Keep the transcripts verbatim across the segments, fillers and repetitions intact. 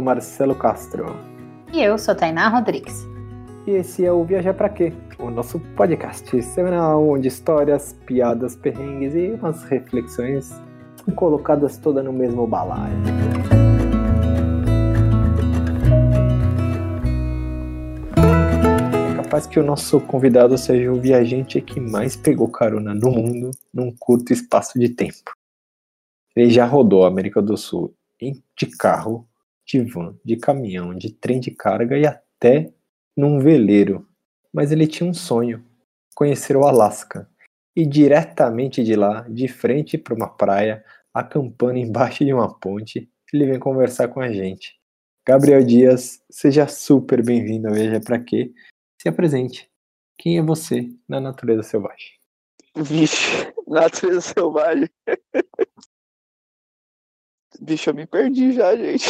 Marcelo Castro. E eu sou Tainá Rodrigues. E esse é o Viajar Pra Quê? O nosso podcast semanal onde histórias, piadas, perrengues e umas reflexões são colocadas todas no mesmo balaio. É capaz que o nosso convidado seja o viajante que mais pegou carona no mundo num curto espaço de tempo. Ele já rodou a América do Sul de carro, de van, de caminhão, de trem de carga e até num veleiro. Mas ele tinha um sonho, conhecer o Alasca. E diretamente de lá, de frente para uma praia, acampando embaixo de uma ponte, ele vem conversar com a gente. Gabriel Dias, seja super bem-vindo ao Viajar Pra Quê? Se apresente. Quem é você na natureza selvagem? Vixe, natureza selvagem. Bicho, eu me perdi já, gente.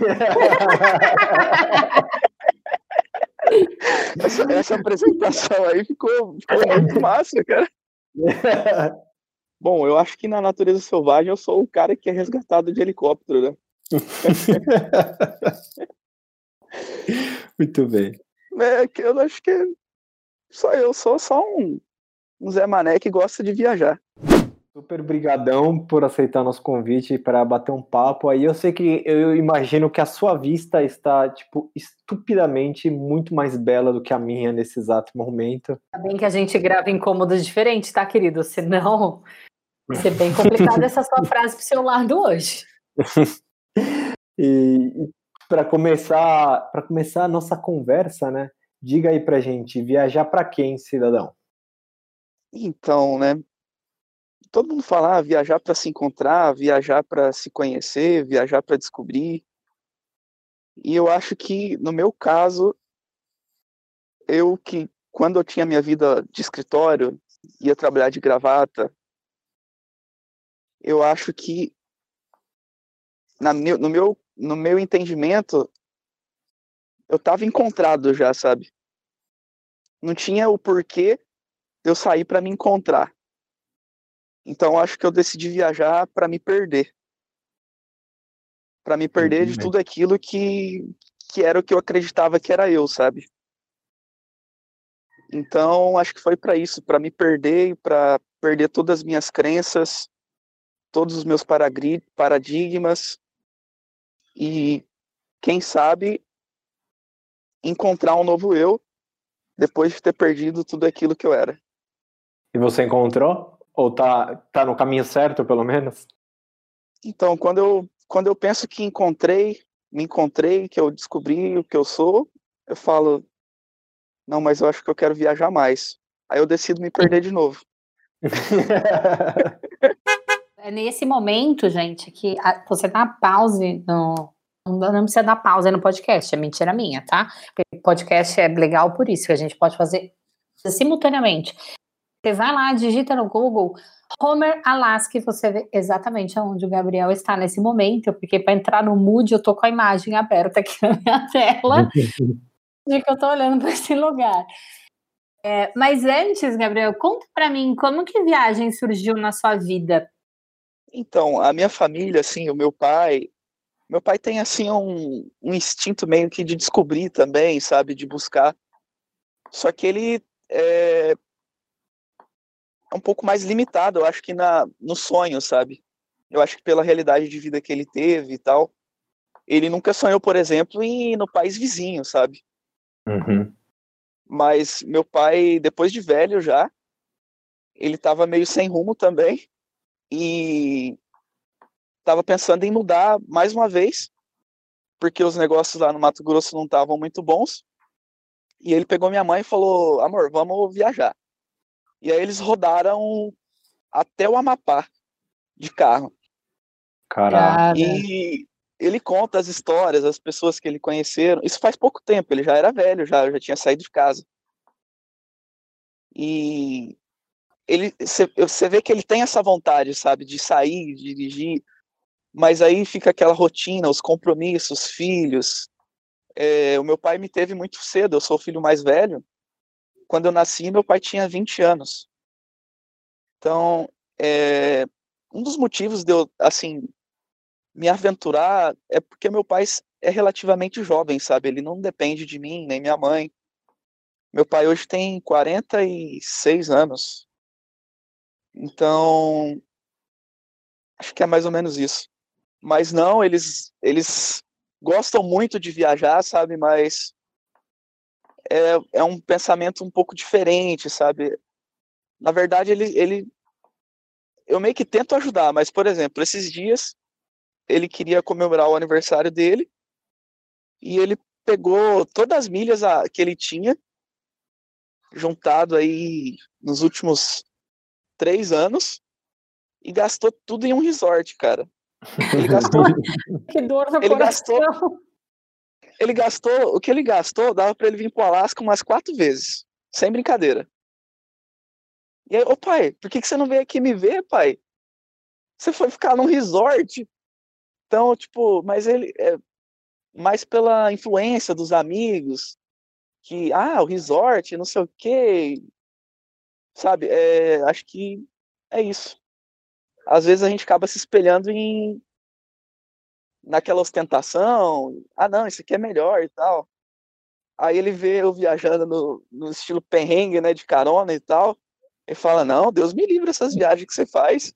essa, essa apresentação aí ficou, ficou muito massa, cara. Bom, eu acho que na natureza selvagem eu sou o cara que é resgatado de helicóptero, né? Muito bem. É, que eu acho que só eu sou só um, um Zé Mané que gosta de viajar. Super brigadão por aceitar nosso convite para bater um papo. Aí eu sei que eu imagino que a sua vista está, tipo, estupidamente muito mais bela do que a minha nesse exato momento. Ainda bem que a gente grava em cômodos diferentes, tá, querido? Senão vai ser bem complicado essa sua frase pro seu lado hoje. E, e para começar, para começar a nossa conversa, né? Diga aí pra gente, viajar para quem, cidadão? Então, né? Todo mundo fala ah, viajar para se encontrar, viajar para se conhecer, viajar para descobrir. E eu acho que, no meu caso, eu que, quando eu tinha minha vida de escritório, ia trabalhar de gravata, eu acho que, na, no, meu, no meu entendimento, eu estava encontrado já, sabe? Não tinha o porquê de eu sair para me encontrar. Então, acho que eu decidi viajar para me perder. Para me perder de tudo aquilo que, que era o que eu acreditava que era eu, sabe? Então, acho que foi para isso, para me perder, para perder todas as minhas crenças, todos os meus paradigmas e, quem sabe, encontrar um novo eu depois de ter perdido tudo aquilo que eu era. E você encontrou? Ou tá, tá no caminho certo, pelo menos? Então, quando eu, quando eu penso que encontrei, me encontrei, que eu descobri o que eu sou, eu falo, não, mas eu acho que eu quero viajar mais. Aí eu decido me perder de novo. É nesse momento, gente, que a, você dá pause no... Não precisa dar pausa no podcast, é mentira minha, tá? Porque podcast é legal por isso, que a gente pode fazer simultaneamente. Você vai lá, digita no Google Homer, Alaska, e você vê exatamente onde o Gabriel está nesse momento, porque para entrar no Mood eu tô com a imagem aberta aqui na minha tela de que eu tô olhando para esse lugar. É, mas antes, Gabriel, conta para mim, como que viagem surgiu na sua vida? Então, a minha família, assim, o meu pai, meu pai tem, assim, um, um instinto meio que de descobrir também, sabe, de buscar. Só que ele é, é um pouco mais limitado, eu acho que na, no sonho, sabe? Eu acho que pela realidade de vida que ele teve e tal, ele nunca sonhou, por exemplo, em ir no país vizinho, sabe? Uhum. Mas meu pai, depois de velho já, ele tava meio sem rumo também e tava pensando em mudar mais uma vez, porque os negócios lá no Mato Grosso não estavam muito bons. E ele pegou minha mãe e falou, amor, vamos viajar. E aí eles rodaram até o Amapá de carro. Caraca. E ele conta as histórias, as pessoas que ele conheceram. Isso faz pouco tempo, ele já era velho, já, já tinha saído de casa. E ele, você vê que ele tem essa vontade, sabe, de sair, de dirigir, mas aí fica aquela rotina, os compromissos, filhos. É, o meu pai me teve muito cedo, eu sou o filho mais velho. Quando eu nasci, meu pai tinha vinte anos. Então, é, um dos motivos de eu, assim, me aventurar é porque meu pai é relativamente jovem, sabe? Ele não depende de mim, nem minha mãe. Meu pai hoje tem quarenta e seis anos. Então, acho que é mais ou menos isso. Mas não, eles, eles gostam muito de viajar, sabe? Mas é, é um pensamento um pouco diferente, sabe? Na verdade, ele, ele, eu meio que tento ajudar, mas, por exemplo, esses dias ele queria comemorar o aniversário dele e ele pegou todas as milhas a, que ele tinha juntado aí nos últimos três anos e gastou tudo em um resort, cara. Ele gastou. Que dor no ele coração. gastou. Ele gastou. O que ele gastou dava pra ele vir pro Alasca umas quatro vezes. Sem brincadeira. E aí, ô pai, por que, que você não veio aqui me ver, pai? Você foi ficar num resort. Então, tipo, mas ele. É mais pela influência dos amigos. Que, ah, o resort, não sei o quê. Sabe? É, acho que é isso. Às vezes a gente acaba se espelhando em naquela ostentação, ah não, isso aqui é melhor e tal. Aí ele vê eu viajando no, no estilo perrengue, né, de carona e tal, e fala, não, Deus me livre essas viagens que você faz.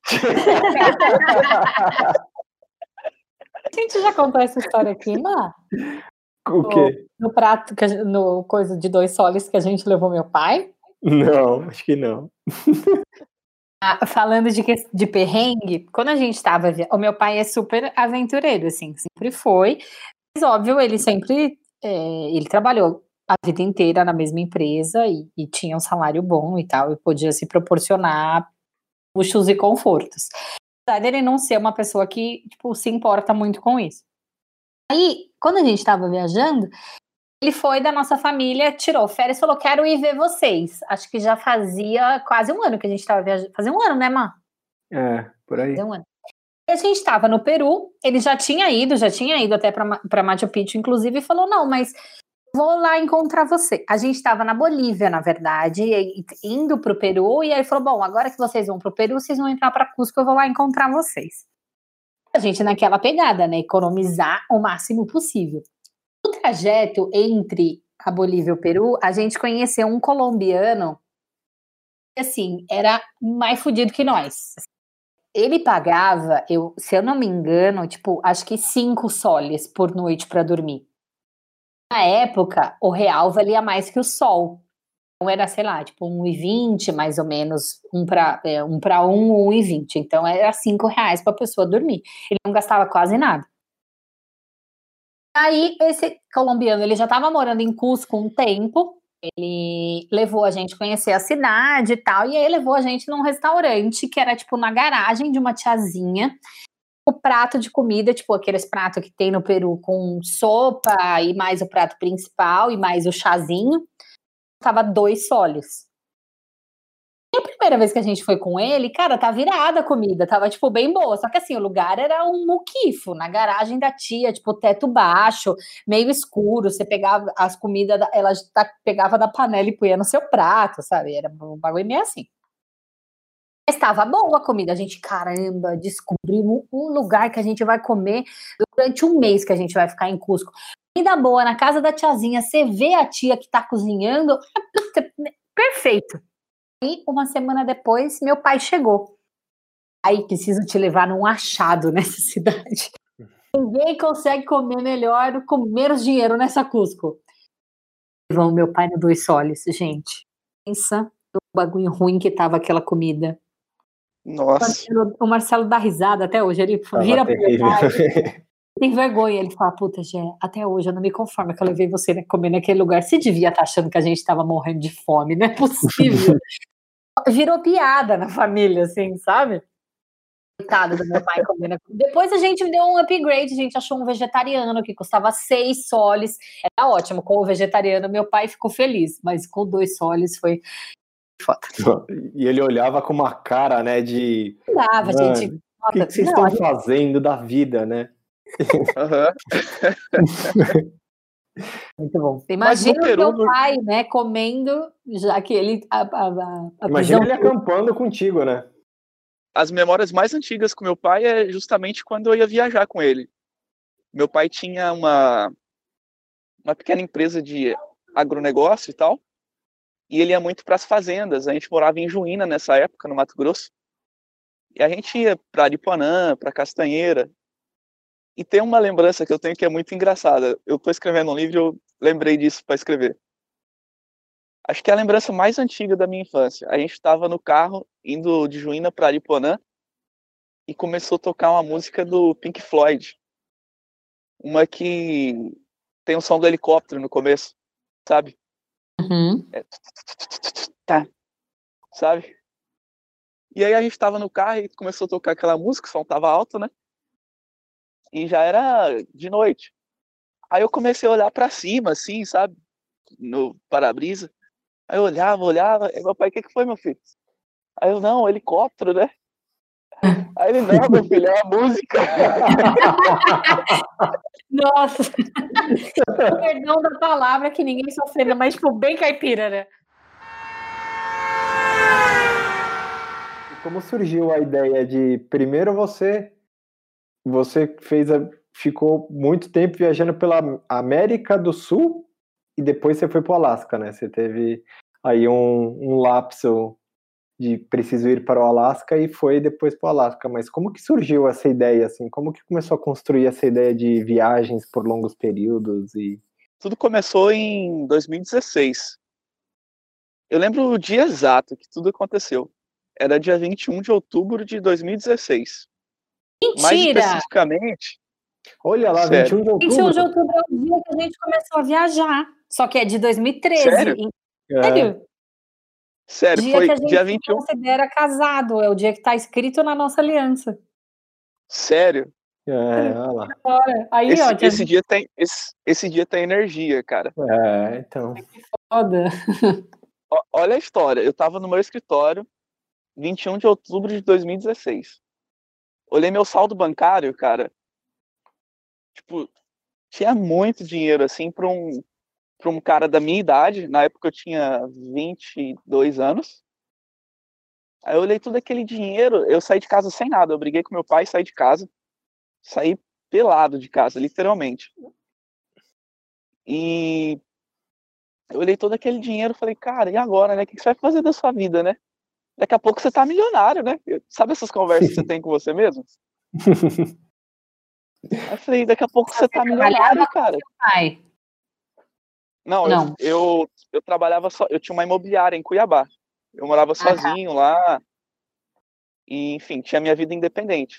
A gente já contou essa história aqui, Má? O quê? No, no prato, que a, no coisa de dois soles que a gente levou meu pai? Não, acho que não. Ah, falando de, de perrengue, quando a gente estava... O meu pai é super aventureiro, assim, sempre foi. Mas, óbvio, ele sempre... É, ele trabalhou a vida inteira na mesma empresa e, e tinha um salário bom e tal, e podia se proporcionar luxos e confortos. Apesar dele não ser uma pessoa que, tipo, se importa muito com isso. Aí, quando a gente estava viajando, ele foi da nossa família, tirou férias e falou, quero ir ver vocês. Acho que já fazia quase um ano que a gente estava viajando. Fazia um ano, né, Má? É, por aí. Fazia um ano. E a gente estava no Peru, ele já tinha ido, já tinha ido até para Machu Picchu, inclusive, e falou, não, mas vou lá encontrar você. A gente estava na Bolívia, na verdade, e, indo para o Peru, e aí ele falou, bom, agora que vocês vão para o Peru, vocês vão entrar para Cusco, eu vou lá encontrar vocês. A gente naquela pegada, né, economizar o máximo possível. No trajeto entre a Bolívia e o Peru, a gente conheceu um colombiano que, assim, era mais fudido que nós. Ele pagava, eu, se eu não me engano, tipo, acho que cinco soles por noite para dormir. Na época, o real valia mais que o sol. Então era, sei lá, tipo um e vinte, mais ou menos, um para é, um para um, um e vinte. Então era cinco reais para a pessoa dormir. Ele não gastava quase nada. Aí, esse colombiano, ele já estava morando em Cusco um tempo, ele levou a gente a conhecer a cidade e tal, e aí levou a gente num restaurante que era, tipo, na garagem de uma tiazinha, o prato de comida, tipo, aqueles pratos que tem no Peru com sopa e mais o prato principal e mais o chazinho, tava dois soles. E a primeira vez que a gente foi com ele, cara, tá virada a comida, tava, tipo, bem boa. Só que, assim, o lugar era um muquifo, na garagem da tia, tipo, teto baixo, meio escuro. Você pegava as comidas, ela pegava da panela e punha no seu prato, sabe? Era um bagulho meio assim. Mas tava boa a comida. A gente, caramba, descobrimos um lugar que a gente vai comer durante um mês que a gente vai ficar em Cusco. Comida boa, na casa da tiazinha, você vê a tia que tá cozinhando, perfeito. E uma semana depois, meu pai chegou. Aí, preciso te levar num achado nessa cidade. Ninguém consegue comer melhor com menos dinheiro nessa Cusco. Vão meu pai no Dois Soles, gente. Pensa no bagulho ruim que tava aquela comida. Nossa. O Marcelo, o Marcelo dá risada até hoje. Ele tava vira pro meu pai. Tem vergonha. Ele fala, puta, Gé, até hoje eu não me conformo que eu levei você, né, comer naquele lugar. Você devia estar achando que a gente tava morrendo de fome. Não é possível. Virou piada na família, assim, sabe? Coitado do meu pai comendo. Depois a gente deu um upgrade, a gente achou um vegetariano que custava seis soles. Era ótimo, com o vegetariano meu pai ficou feliz, mas com dois soles foi foda. E ele olhava com uma cara, né, de... Não dava, gente. O que, que vocês não, estão gente... fazendo da vida, né? Uhum. Muito bom. Imagina o Peru, meu pai, né, comendo, já que ele... A, a, a Imagina ele acampando contigo, né? As memórias mais antigas com meu pai é justamente quando eu ia viajar com ele. meu pai tinha uma, uma pequena empresa de agronegócio e tal, e ele ia muito para as fazendas. A gente morava em Juína nessa época, no Mato Grosso, e a gente ia para Aripuanã, para Castanheira. E tem uma lembrança que eu tenho que é muito engraçada. Eu estou escrevendo um livro e eu lembrei disso para escrever. Acho que é a lembrança mais antiga da minha infância. A gente estava no carro, indo de Juína para Aripuanã, e começou a tocar uma música do Pink Floyd. Uma que tem o som do helicóptero no começo, sabe? Uhum. É... Tá. Sabe? E aí a gente tava no carro e começou a tocar aquela música, o som tava alto, né? E já era de noite. Aí eu comecei a olhar pra cima, assim, sabe? No para-brisa. Aí eu olhava, olhava. Aí meu pai, o que que foi, meu filho? Aí eu, não, helicóptero, né? Aí ele, não, meu filho, é a música. Nossa! Perdão da palavra que ninguém se ofenda, mas tipo, bem caipira, né? Como surgiu a ideia de, primeiro você, você fez a, ficou muito tempo viajando pela América do Sul e depois você foi para o Alasca, né? Você teve aí um, um lapso de preciso ir para o Alasca e foi depois para o Alasca. Mas como que surgiu essa ideia, assim? Como que começou a construir essa ideia de viagens por longos períodos? E Tudo começou em dois mil e dezesseis. Eu lembro o dia exato que tudo aconteceu. Era dia vinte e um de outubro de dois mil e dezesseis. Mentira! Mais especificamente... Olha lá, sério. vinte e um de outubro. vinte e um de outubro é o dia que a gente começou a viajar. Só que é de dois mil e treze. Sério? Sério? É. Sério, Dia foi que a gente dia vinte e um. considera casado. É o dia que tá escrito na nossa aliança. Sério? É, olha lá. Aí, Esse, ó, esse, dia tem, esse, esse dia tem energia, cara. É, então. foda. Ó, olha a história. Eu tava no meu escritório, vinte e um de outubro de dois mil e dezesseis. Olhei meu saldo bancário, cara. Tipo, tinha muito dinheiro, assim, pra um, pra um cara da minha idade. Na época eu tinha vinte e dois anos. Aí eu olhei todo aquele dinheiro, eu saí de casa sem nada. Eu briguei com meu pai, saí de casa. Saí pelado de casa, literalmente. E eu olhei todo aquele dinheiro e falei, cara, e agora, né? O que você vai fazer da sua vida, né? Daqui a pouco você tá milionário, né? Sabe essas conversas que você tem com você mesmo? Aí eu falei, daqui a pouco você, você tá milionário, cara. Pai. Não, Não. Eu, eu, eu trabalhava só, eu tinha uma imobiliária em Cuiabá. Eu morava sozinho ah, tá. lá. E, enfim, tinha minha vida independente.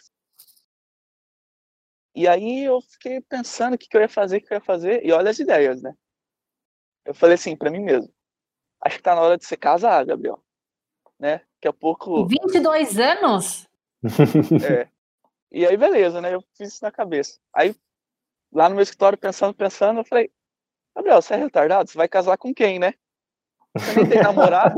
E aí eu fiquei pensando o que, que eu ia fazer, o que eu ia fazer. E olha as ideias, né? Eu falei assim pra mim mesmo. Acho que tá na hora de você casar, Gabriel. Né? Daqui a pouco... vinte e dois anos? É. E aí, beleza, né? Eu fiz isso na cabeça. Aí, lá no meu escritório, pensando, pensando, eu falei, Gabriel, você é retardado? Você vai casar com quem, né? Você nem tem namorado?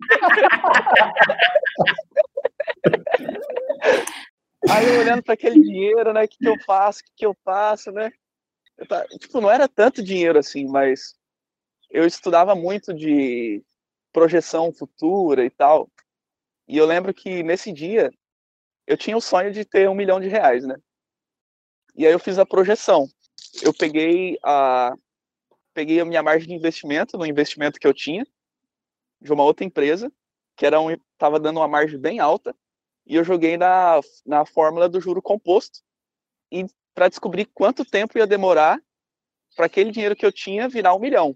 Aí eu olhando para aquele dinheiro, né? O que, que eu faço? O que, que eu faço, né? Eu tá, tipo, não era tanto dinheiro assim, mas eu estudava muito de projeção futura e tal. E eu lembro que nesse dia eu tinha o sonho de ter um milhão de reais, né? E aí eu fiz a projeção. Eu peguei a, peguei a minha margem de investimento, no investimento que eu tinha, de uma outra empresa, que era um, tava dando uma margem bem alta, e eu joguei na, na fórmula do juro composto, e para descobrir quanto tempo ia demorar para aquele dinheiro que eu tinha virar um milhão.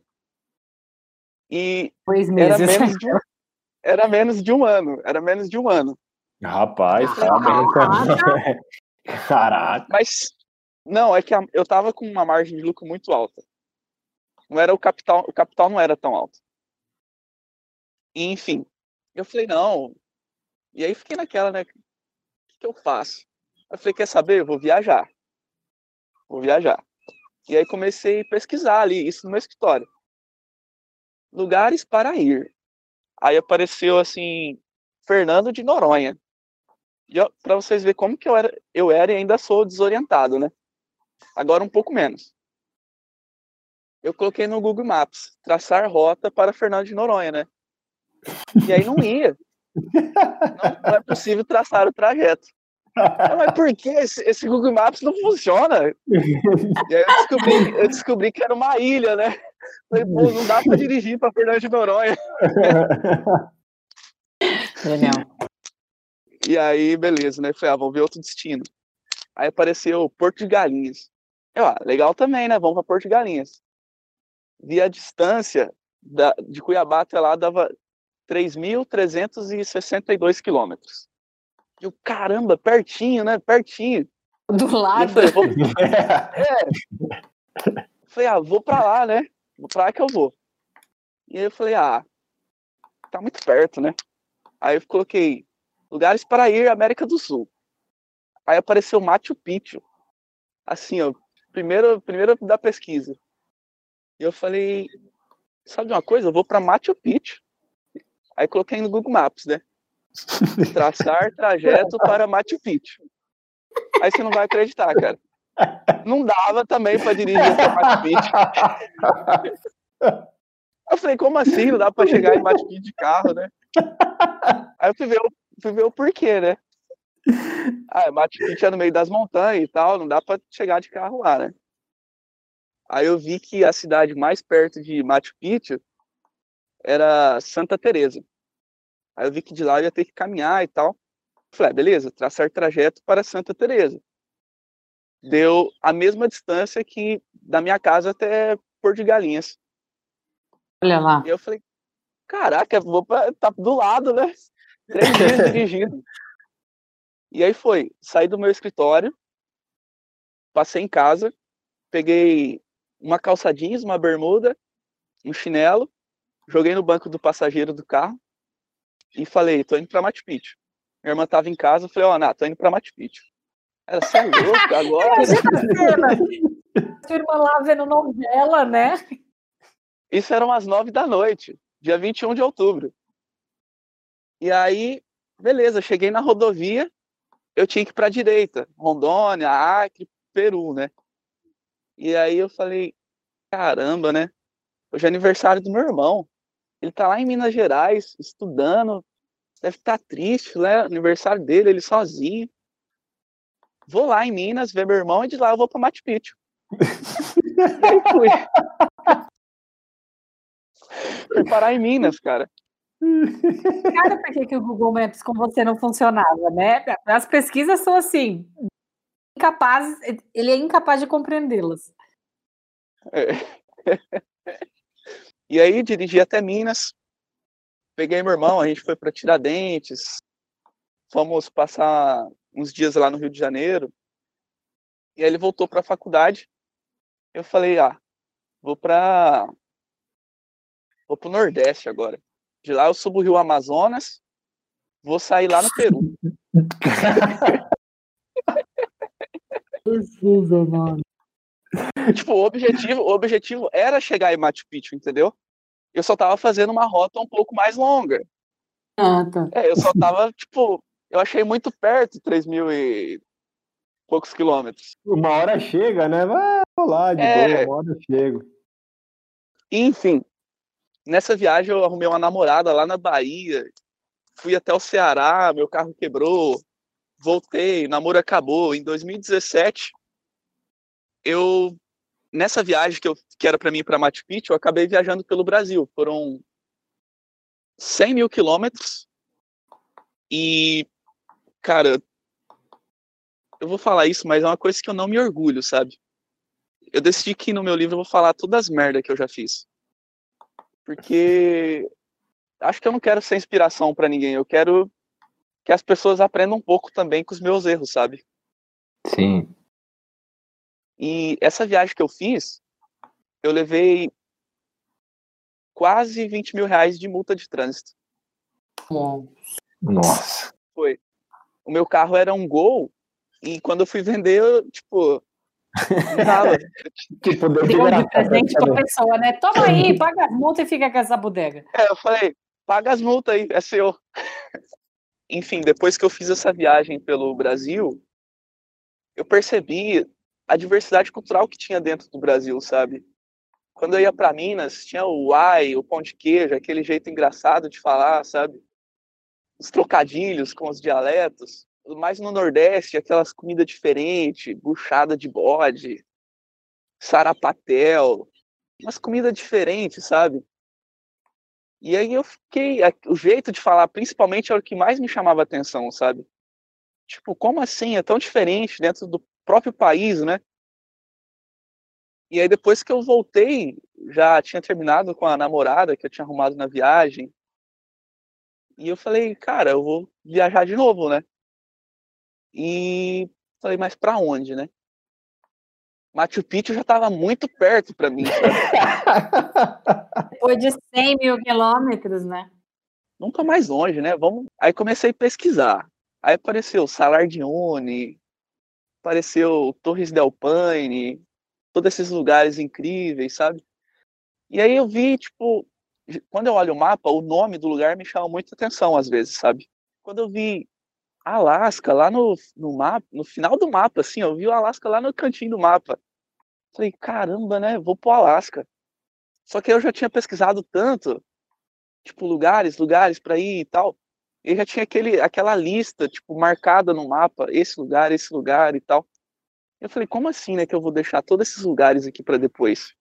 E Dois era meses. menos de um, era menos de um ano, era menos de um ano. Rapaz, tá bem. Caraca. Mas, não, é que a, eu tava com uma margem de lucro muito alta. Não era o capital, o capital não era tão alto. E, enfim, eu falei, não. E aí fiquei naquela, né? O que, que eu faço? Eu falei, quer saber? Eu vou viajar. Vou viajar. E aí comecei a pesquisar ali, isso no meu escritório. Lugares para ir. Aí apareceu, assim, Fernando de Noronha. E ó, pra vocês verem como que eu era, eu era e ainda sou desorientado, né? Agora um pouco menos. Eu coloquei no Google Maps, traçar rota para Fernando de Noronha, né? E aí não ia. Não, não é possível traçar o trajeto. Eu, mas por que esse, esse Google Maps não funciona? E aí eu descobri, eu descobri que era uma ilha, né? Falei, pô, não dá pra dirigir pra Fernando de Noronha. Genial. E aí, beleza, né? Falei, ah, vamos ver outro destino. Aí apareceu Porto de Galinhas. Eu, ah, legal também, né? Vamos pra Porto de Galinhas. Vi a distância da, de Cuiabá até lá, dava três mil trezentos e sessenta e dois quilômetros. E eu, caramba, pertinho, né? Pertinho. Do lado. E eu falei, vou... é. Falei, ah, vou pra lá, né? Vou pra lá que eu vou. E aí eu falei, ah, tá muito perto, né? Aí eu coloquei lugares para ir América do Sul. Aí apareceu Machu Picchu. Assim, ó, primeiro, primeiro da pesquisa. E eu falei, sabe uma coisa? Eu vou pra Machu Picchu. Aí coloquei no Google Maps, né? Traçar trajeto para Machu Picchu. Aí você não vai acreditar, cara. Não dava também para dirigir até Machu Picchu. Eu falei, como assim? Não dá para chegar em Machu Picchu de carro, né? Aí eu fui ver, fui ver o porquê, né? Ah, Machu Picchu é no meio das montanhas e tal, não dá para chegar de carro lá, né? Aí eu vi que a cidade mais perto de Machu Picchu era Santa Teresa. Aí eu vi que de lá eu ia ter que caminhar e tal. Falei, ah, beleza, traçar trajeto para Santa Teresa. Deu a mesma distância que da minha casa até Porto de Galinhas. Olha lá. E eu falei, caraca, vou pra, tá do lado, né? Três dias dirigindo. E aí foi, saí do meu escritório, passei em casa, peguei uma calça jeans, uma bermuda, um chinelo, joguei no banco do passageiro do carro e falei, tô indo pra Machu Picchu. Minha irmã tava em casa, eu falei, ó, oh, Ana, tô indo pra Machu Picchu. Ela, você é louco agora? Imagina a cena. Sua irmã lá vendo novela, né? Isso eram as nove da noite, dia vinte e um de outubro. E aí, beleza, cheguei na rodovia, eu tinha que ir pra direita, Rondônia, Acre, Peru, né? E aí eu falei, caramba, né? Hoje é aniversário do meu irmão. Ele tá lá em Minas Gerais, estudando, deve estar triste, né? Aniversário dele, ele sozinho. Vou lá em Minas ver meu irmão e de lá eu vou pra Machu Picchu. E aí fui. Fui parar em Minas, cara. Cara, por que, que o Google Maps com você não funcionava, né? As pesquisas são assim, incapazes, ele é incapaz de compreendê-las. É. E aí dirigi até Minas, peguei meu irmão, a gente foi para Tiradentes, fomos passar uns dias lá no Rio de Janeiro, e aí ele voltou para a faculdade. Eu falei, ah, vou para vou pro Nordeste agora. De lá eu subo o Rio Amazonas, vou sair lá no Peru. Jesus, mano. Tipo, o objetivo, o objetivo era chegar em Machu Picchu, entendeu? Eu só tava fazendo uma rota um pouco mais longa. Ah, tá. É, eu só tava, tipo, eu achei muito perto, três mil e poucos quilômetros. Uma hora chega, né? Vai lá, de É. boa, uma hora eu chego. Enfim, nessa viagem eu arrumei uma namorada lá na Bahia, fui até o Ceará, meu carro quebrou, voltei, o namoro acabou. Em dois mil e dezessete, eu, nessa viagem que, eu, que era para mim para Machu Picchu, eu acabei viajando pelo Brasil. Foram cem mil quilômetros e, cara, eu vou falar isso, mas é uma coisa que eu não me orgulho, sabe? Eu decidi que no meu livro eu vou falar todas as merdas que eu já fiz. Porque acho que eu não quero ser inspiração para ninguém, eu quero que as pessoas aprendam um pouco também com os meus erros, sabe? Sim. E essa viagem que eu fiz, eu levei quase vinte mil reais de multa de trânsito. Nossa. Foi. O meu carro era um Gol, e quando eu fui vender, eu, tipo, não dava. Tipo, deu de Deu de graça, presente pra né? pessoa, né? Toma aí, paga as multas e fica com essa bodega. É, eu falei, paga as multas aí, é seu. Enfim, depois que eu fiz essa viagem pelo Brasil, eu percebi a diversidade cultural que tinha dentro do Brasil, sabe? Quando eu ia para Minas, tinha o uai, o pão de queijo, aquele jeito engraçado de falar, sabe? Os trocadilhos com os dialetos. mais no Nordeste, aquelas comidas diferentes, buchada de bode, sarapatel, umas comidas diferentes, sabe? E aí eu fiquei, o jeito de falar, principalmente, era o que mais me chamava a atenção, sabe? Tipo, como assim? É tão diferente dentro do próprio país, né? E aí depois que eu voltei, já tinha terminado com a namorada que eu tinha arrumado na viagem. E eu falei, cara, eu vou viajar de novo, né? E falei, mas pra onde, né? Machu Picchu já tava muito perto pra mim, sabe? Depois de cem mil quilômetros, né? Nunca mais longe, né? Vamos... Aí comecei a pesquisar. Aí apareceu Salar de Uyuni, apareceu Torres del Paine, todos esses lugares incríveis, sabe? E aí eu vi, tipo, quando eu olho o mapa, o nome do lugar me chama muita atenção às vezes, sabe? Quando eu vi Alasca lá no, no mapa, no final do mapa, assim, eu vi o Alasca lá no cantinho do mapa. Falei, caramba, né? Vou pro Alasca. Só que eu já tinha pesquisado tanto, tipo, lugares, lugares para ir e tal. E já tinha aquele, aquela lista, tipo, marcada no mapa, esse lugar, esse lugar e tal. Eu falei, como assim, né, que eu vou deixar todos esses lugares aqui para depois?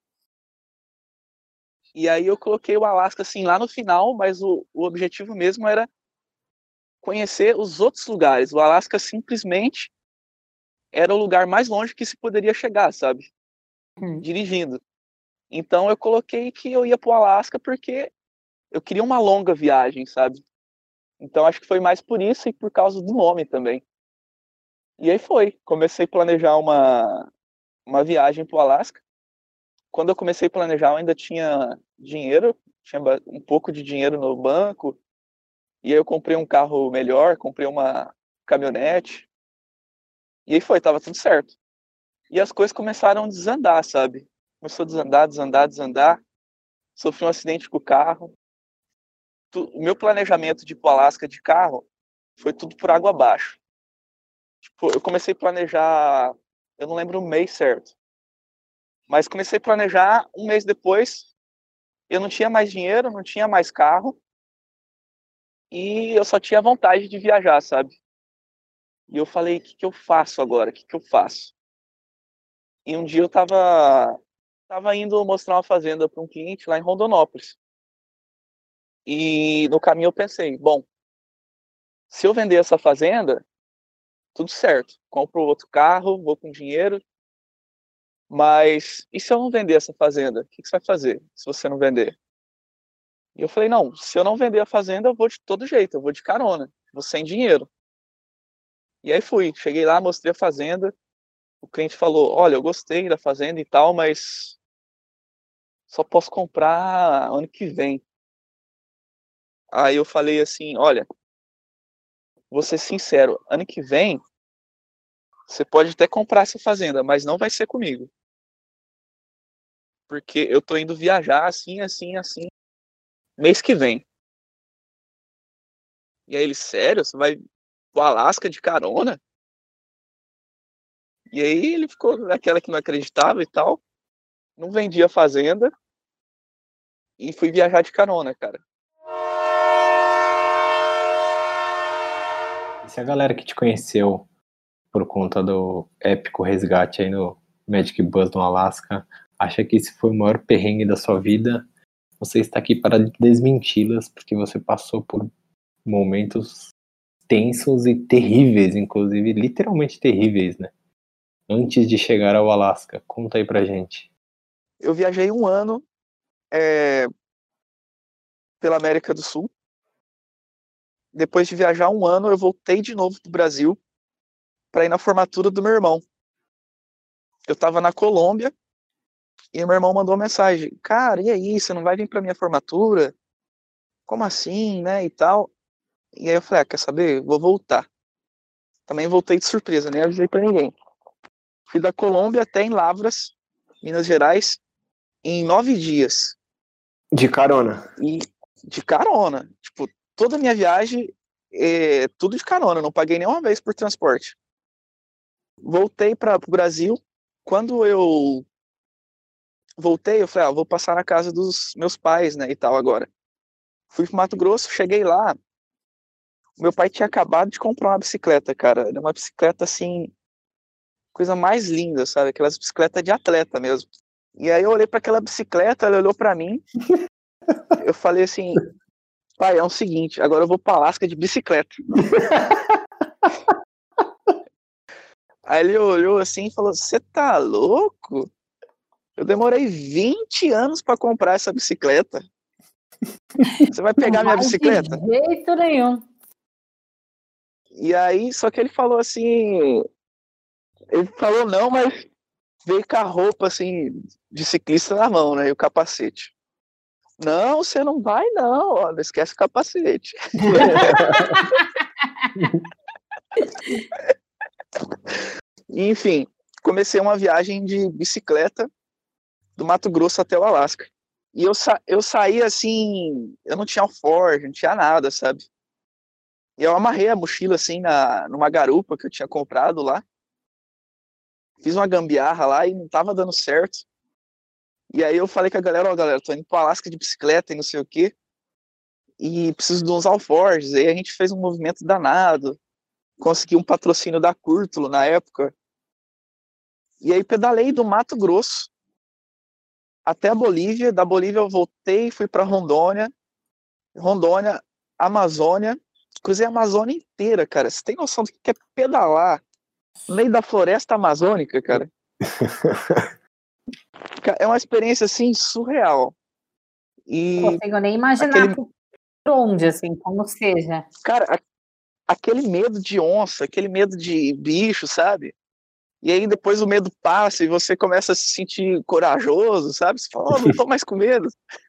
E aí eu coloquei o Alasca, assim, lá no final, mas o, o objetivo mesmo era conhecer os outros lugares. O Alasca simplesmente era o lugar mais longe que se poderia chegar, sabe? Hum. Dirigindo. Então eu coloquei que eu ia pro Alasca porque eu queria uma longa viagem, sabe? Então acho que foi mais por isso e por causa do nome também. E aí foi. Comecei a planejar uma, uma viagem pro Alasca. Quando eu comecei a planejar, eu ainda tinha dinheiro, tinha um pouco de dinheiro no banco. E aí eu comprei um carro melhor, comprei uma caminhonete. E aí foi, tava tudo certo. E as coisas começaram a desandar, sabe? Começou a desandar, desandar, desandar. Sofri um acidente com o carro. O meu planejamento de ir pro Alasca de carro foi tudo por água abaixo. Tipo, eu comecei a planejar, eu não lembro o mês certo. Mas comecei a planejar um mês depois, eu não tinha mais dinheiro, não tinha mais carro. E eu só tinha vontade de viajar, sabe? E eu falei, o que, que eu faço agora? O que, que eu faço? E um dia eu tava, tava indo mostrar uma fazenda para um cliente lá em Rondonópolis. E no caminho eu pensei, bom, se eu vender essa fazenda, tudo certo. Compro outro carro, vou com dinheiro. Mas e se eu não vender essa fazenda? O que, que você vai fazer se você não vender? E eu falei, não, se eu não vender a fazenda, eu vou de todo jeito, eu vou de carona, vou sem dinheiro. E aí fui, cheguei lá, mostrei a fazenda. O cliente falou, olha, eu gostei da fazenda e tal, mas só posso comprar ano que vem. Aí eu falei assim, olha, vou ser sincero, ano que vem você pode até comprar essa fazenda, mas não vai ser comigo. Porque eu tô indo viajar assim, assim, assim, mês que vem. E aí ele, sério? Você vai pro Alasca de carona? E aí ele ficou naquela que não acreditava e tal. Não vendi a fazenda e fui viajar de carona, cara. E se a galera que te conheceu por conta do épico resgate aí no Magic Bus no Alasca acha que esse foi o maior perrengue da sua vida, você está aqui para desmenti-las, porque você passou por momentos tensos e terríveis, inclusive literalmente terríveis, né? Antes de chegar ao Alasca. Conta aí pra gente. Eu viajei um ano é, pela América do Sul. Depois de viajar um ano, eu voltei de novo pro Brasil para ir na formatura do meu irmão. Eu tava na Colômbia e meu irmão mandou uma mensagem. Cara, e aí, você não vai vir pra minha formatura? Como assim, né, e tal. E aí eu falei, ah, quer saber? Vou voltar. Também voltei de surpresa, nem avisei pra ninguém. Fui da Colômbia até em Lavras, Minas Gerais, em nove dias. De carona? E de carona. Tipo, toda a minha viagem, é, tudo de carona. Não paguei nenhuma vez por transporte. Voltei para o Brasil. Quando eu voltei, eu falei, ah, vou passar na casa dos meus pais, né, e tal agora. Fui pro Mato Grosso, cheguei lá. Meu pai tinha acabado de comprar uma bicicleta, cara. Era uma bicicleta, assim, coisa mais linda, sabe? Aquelas bicicletas de atleta mesmo. E aí eu olhei para aquela bicicleta, ele olhou para mim, eu falei assim, pai, é o seguinte, agora eu vou pra Alasca de bicicleta. Aí ele olhou assim e falou, você tá louco? Eu demorei vinte anos para comprar essa bicicleta. Você vai pegar minha bicicleta? De jeito nenhum. E aí, só que ele falou assim, ele falou não, mas veio com a roupa assim de ciclista na mão, né, e o capacete. Não, você não vai não, ó, não esquece o capacete. Enfim, comecei uma viagem de bicicleta do Mato Grosso até o Alasca. E eu, sa eu saí assim, eu não tinha alforje, não tinha nada, sabe? E eu amarrei a mochila assim na, numa garupa que eu tinha comprado lá. Fiz uma gambiarra lá e não tava dando certo. E aí eu falei com a galera, ó, oh, galera, tô indo pro Alasca de bicicleta e não sei o quê. E preciso de uns alforjes. Aí a gente fez um movimento danado. Consegui um patrocínio da Curtulo na época. E aí pedalei do Mato Grosso até a Bolívia. Da Bolívia eu voltei, fui para Rondônia. Rondônia, Amazônia. Cruzei a Amazônia inteira, cara. Você tem noção do que é pedalar no meio da floresta amazônica, cara? É uma experiência, assim, surreal. E não consigo nem imaginar aquele... por onde, assim, como seja. Cara, a, aquele medo de onça, aquele medo de bicho, sabe? E aí depois o medo passa e você começa a se sentir corajoso, sabe? Você fala, oh, não tô mais com medo.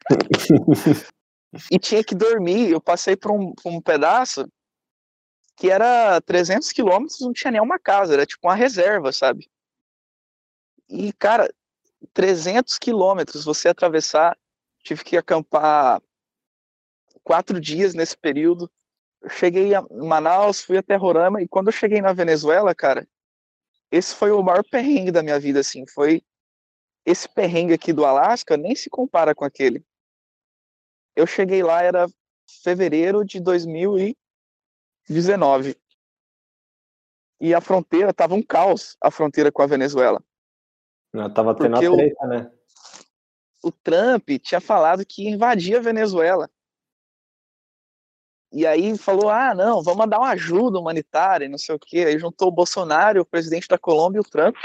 E tinha que dormir. Eu passei por um, por um pedaço que era trezentos quilômetros, não tinha nenhuma casa, era tipo uma reserva, sabe? E, cara, trezentos quilômetros você atravessar, tive que acampar quatro dias nesse período. Eu cheguei em Manaus, fui até Roraima, e quando eu cheguei na Venezuela, cara, esse foi o maior perrengue da minha vida, assim, foi esse perrengue aqui do Alasca, nem se compara com aquele. Eu cheguei lá, era fevereiro de dois mil e dezenove. E a fronteira tava um caos, a fronteira com a Venezuela. Não, tava tendo a treta, né? O Trump tinha falado que ia invadir a Venezuela. E aí falou, ah, não, vamos mandar uma ajuda humanitária, não sei o quê. Aí juntou o Bolsonaro, o presidente da Colômbia e o Trump.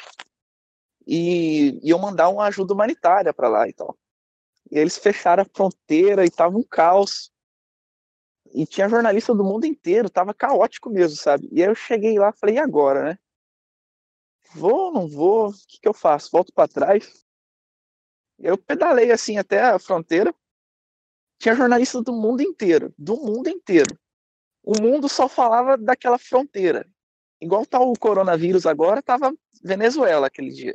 E iam mandar uma ajuda humanitária para lá e tal. E eles fecharam a fronteira e tava um caos. E tinha jornalista do mundo inteiro, tava caótico mesmo, sabe? E aí eu cheguei lá, falei, e agora, né? Vou, não vou, o que que eu faço? Volto para trás? Eu pedalei assim até a fronteira. Tinha jornalista do mundo inteiro, do mundo inteiro. O mundo só falava daquela fronteira. Igual tá o coronavírus agora, tava Venezuela aquele dia.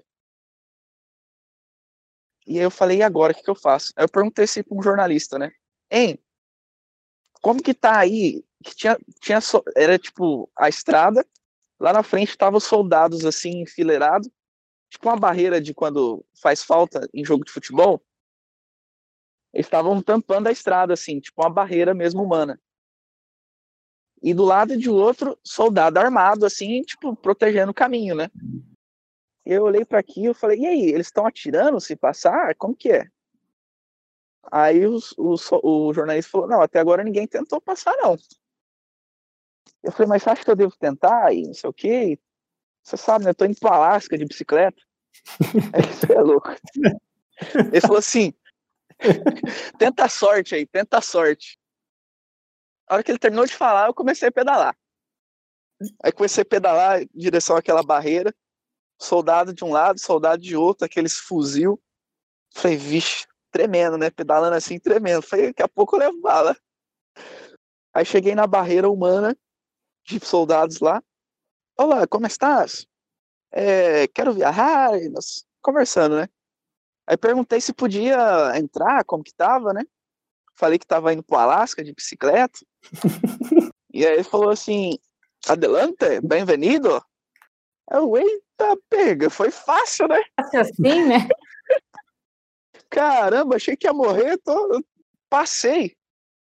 E aí eu falei, e agora, o que que eu faço? Aí eu perguntei assim para um jornalista, né? Hein, como que tá aí? Que tinha, tinha, era tipo a estrada, lá na frente estavam os soldados assim, enfileirados, tipo uma barreira de quando faz falta em jogo de futebol. Eles estavam tampando a estrada, assim, tipo uma barreira mesmo humana. E do lado de outro, soldado armado, assim, tipo, protegendo o caminho, né? E eu olhei para aqui e eu falei, e aí, eles estão atirando se passar? Como que é? Aí o, o, o jornalista falou, não, até agora ninguém tentou passar, não. Eu falei, mas você acha que eu devo tentar? E não sei o quê. Você sabe, né? Eu tô indo pro Alasca de bicicleta. Aí você é louco. Ele falou assim, tenta a sorte aí, tenta a sorte. A hora que ele terminou de falar, eu comecei a pedalar. Aí comecei a pedalar em direção àquela barreira, soldado de um lado, soldado de outro, aqueles fuzil. Falei, vixe, tremendo, né? Pedalando assim, tremendo. Falei, daqui a pouco eu levo bala. Aí cheguei na barreira humana, de soldados lá. Olá, como estás? É, quero viajar. E nós conversando, né? Aí perguntei se podia entrar, como que tava, né? Falei que tava indo pro Alasca de bicicleta. E aí ele falou assim, adelante, bem-vindo. Eu, eita, pega, foi fácil, né? Fácil assim, né? Caramba, achei que ia morrer, tô... passei.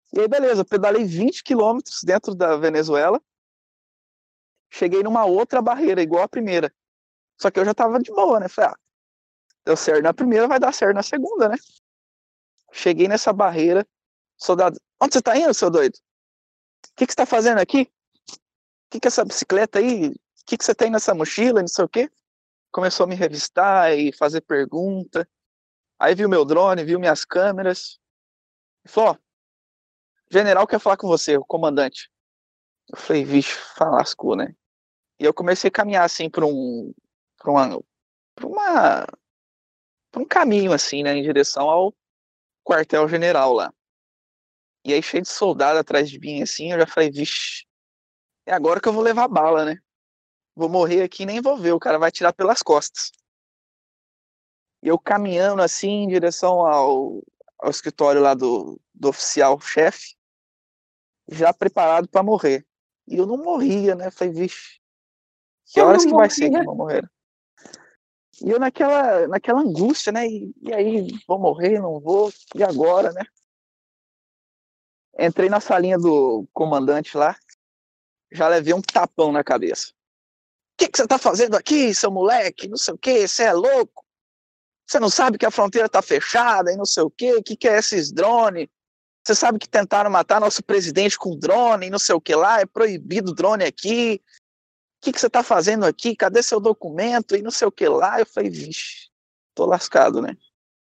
E aí, beleza, pedalei vinte quilômetros dentro da Venezuela. Cheguei numa outra barreira, igual a primeira. Só que eu já tava de boa, né? Falei, ah, deu certo na primeira, vai dar certo na segunda, né? Cheguei nessa barreira, soldado, onde você tá indo, seu doido? O que, que você tá fazendo aqui? O que, que é essa bicicleta aí? O que, que você tem nessa mochila? Não sei o quê. Começou a me revistar e fazer pergunta. Aí viu meu drone, viu minhas câmeras. E falou, ó, o general quer falar com você, o comandante. Eu falei, vixe, lascou, né? E eu comecei a caminhar assim por um, por uma, por uma, por um caminho assim, né, em direção ao quartel-general lá. E aí cheio de soldado atrás de mim assim, eu já falei, vixe, é agora que eu vou levar bala, né? Vou morrer aqui e nem vou ver, o cara vai atirar pelas costas. E eu caminhando assim em direção ao, ao escritório lá do, do oficial-chefe, já preparado para morrer. E eu não morria, né? Falei, vixe, que horas que vai ser que eu vou morrer? E eu naquela, naquela angústia, né? E, e aí, vou morrer, não vou? E agora, né? Entrei na salinha do comandante lá, já levei um tapão na cabeça. O que, que você tá fazendo aqui, seu moleque? Não sei o que, você é louco? Você não sabe que a fronteira tá fechada e não sei o que? O que, que é esses drones? Você sabe que tentaram matar nosso presidente com drone e não sei o que lá? É proibido drone aqui. O que, que você tá fazendo aqui? Cadê seu documento? E não sei o que lá. Eu falei, vixe, tô lascado, né?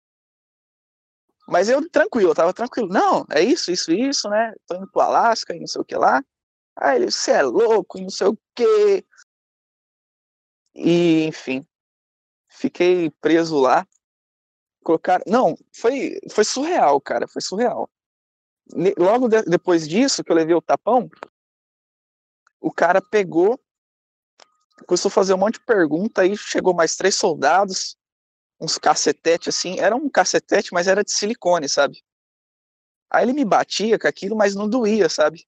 Mas eu tranquilo, eu tava tranquilo. Não, é isso, isso, isso, né? Tô indo pro Alasca e não sei o que lá. Aí ele, você é louco e não sei o que. E, enfim, fiquei preso lá. Colocaram... Não, foi, foi surreal, cara, foi surreal. Logo de, depois disso, que eu levei o tapão, o cara pegou, começou a fazer um monte de pergunta, aí chegou mais três soldados, uns cacetetes assim, era um cacetete, mas era de silicone, sabe? Aí ele me batia com aquilo, mas não doía, sabe?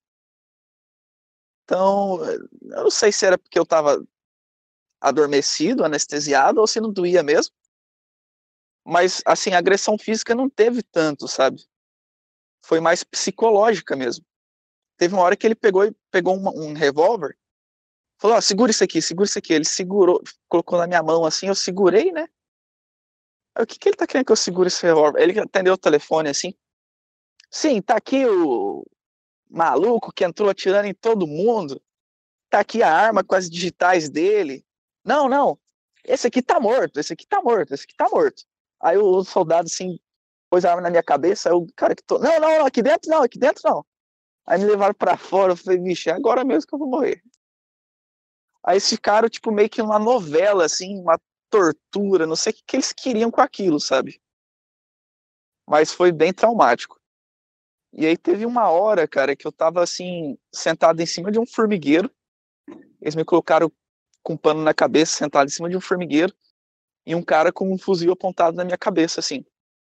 Então, eu não sei se era porque eu tava adormecido, anestesiado, ou se não doía mesmo. Mas, assim, a agressão física não teve tanto, sabe? Foi mais psicológica mesmo. Teve uma hora que ele pegou, pegou uma, um revólver, falou, ó, segura isso aqui, segura isso aqui. Ele segurou, colocou na minha mão assim, eu segurei, né? Aí, o que, que ele tá querendo que eu segure esse revólver? Ele atendeu o telefone assim. Sim, tá aqui o maluco que entrou atirando em todo mundo. Tá aqui a arma com as digitais dele. Não, não, esse aqui tá morto, esse aqui tá morto, esse aqui tá morto. Aí o soldado assim, pôs a arma na minha cabeça, aí o cara que tô, não, não, não, aqui dentro não, aqui dentro não. Aí me levaram pra fora, eu falei, vixe, é agora mesmo que eu vou morrer. Aí eles ficaram, tipo, meio que uma novela, assim, uma tortura, não sei o que, que eles queriam com aquilo, sabe? Mas foi bem traumático. E aí teve uma hora, cara, que eu tava, assim, sentado em cima de um formigueiro, eles me colocaram com um pano na cabeça, sentado em cima de um formigueiro, e um cara com um fuzil apontado na minha cabeça, assim.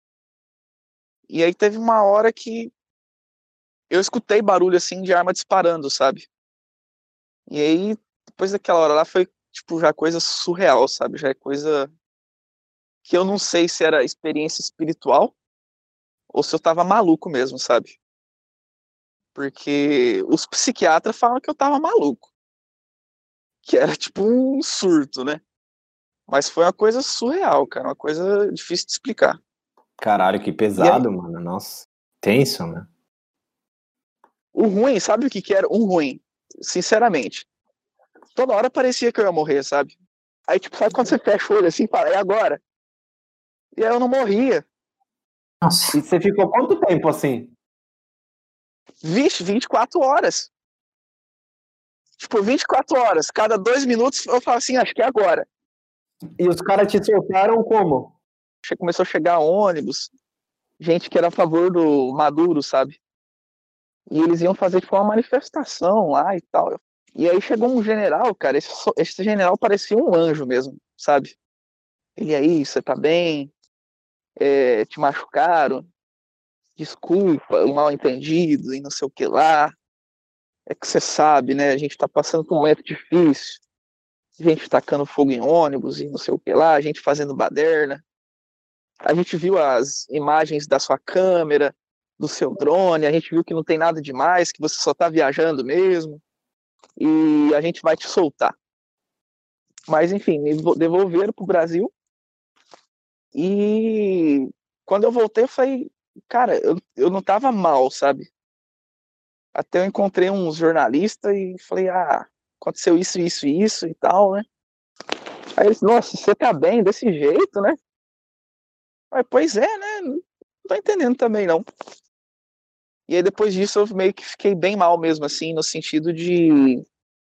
E aí teve uma hora que eu escutei barulho, assim, de arma disparando, sabe? E aí, depois daquela hora lá, foi, tipo, já coisa surreal, sabe? Já é coisa que eu não sei se era experiência espiritual ou se eu tava maluco mesmo, sabe? Porque os psiquiatras falam que eu tava maluco. Que era, tipo, um surto, né? Mas foi uma coisa surreal, cara. Uma coisa difícil de explicar. Caralho, que pesado, mano. Nossa. Tenso, né? O ruim, sabe o que que era? O ruim, sinceramente. Toda hora parecia que eu ia morrer, sabe? Aí, tipo, sabe quando você fecha o olho assim e fala, e agora? E aí eu não morria. Nossa. E você ficou quanto tempo assim? Vixe, vinte e quatro horas. Tipo, vinte e quatro horas. Cada dois minutos eu falo assim, acho que é agora. E os caras te soltaram como? Começou a chegar ônibus, gente que era a favor do Maduro, sabe? E eles iam fazer tipo uma manifestação lá e tal. E aí chegou um general, cara, esse, esse general parecia um anjo mesmo, sabe? Ele aí, você tá bem? É, te machucaram? Desculpa, o mal entendido e não sei o que lá. É que você sabe, né? A gente tá passando por um momento difícil. Gente tacando fogo em ônibus e não sei o que lá, a gente fazendo baderna. A gente viu as imagens da sua câmera, do seu drone, a gente viu que não tem nada demais, que você só tá viajando mesmo, e a gente vai te soltar. Mas, enfim, me devolveram pro Brasil, e quando eu voltei, eu falei, cara, eu, eu não tava mal, sabe? Até eu encontrei uns jornalistas e falei, ah, aconteceu isso, isso e isso e tal, né? Aí eles, nossa, você tá bem desse jeito, né? Aí, pois é, né? Não tô entendendo também, não. E aí depois disso eu meio que fiquei bem mal mesmo, assim, no sentido de...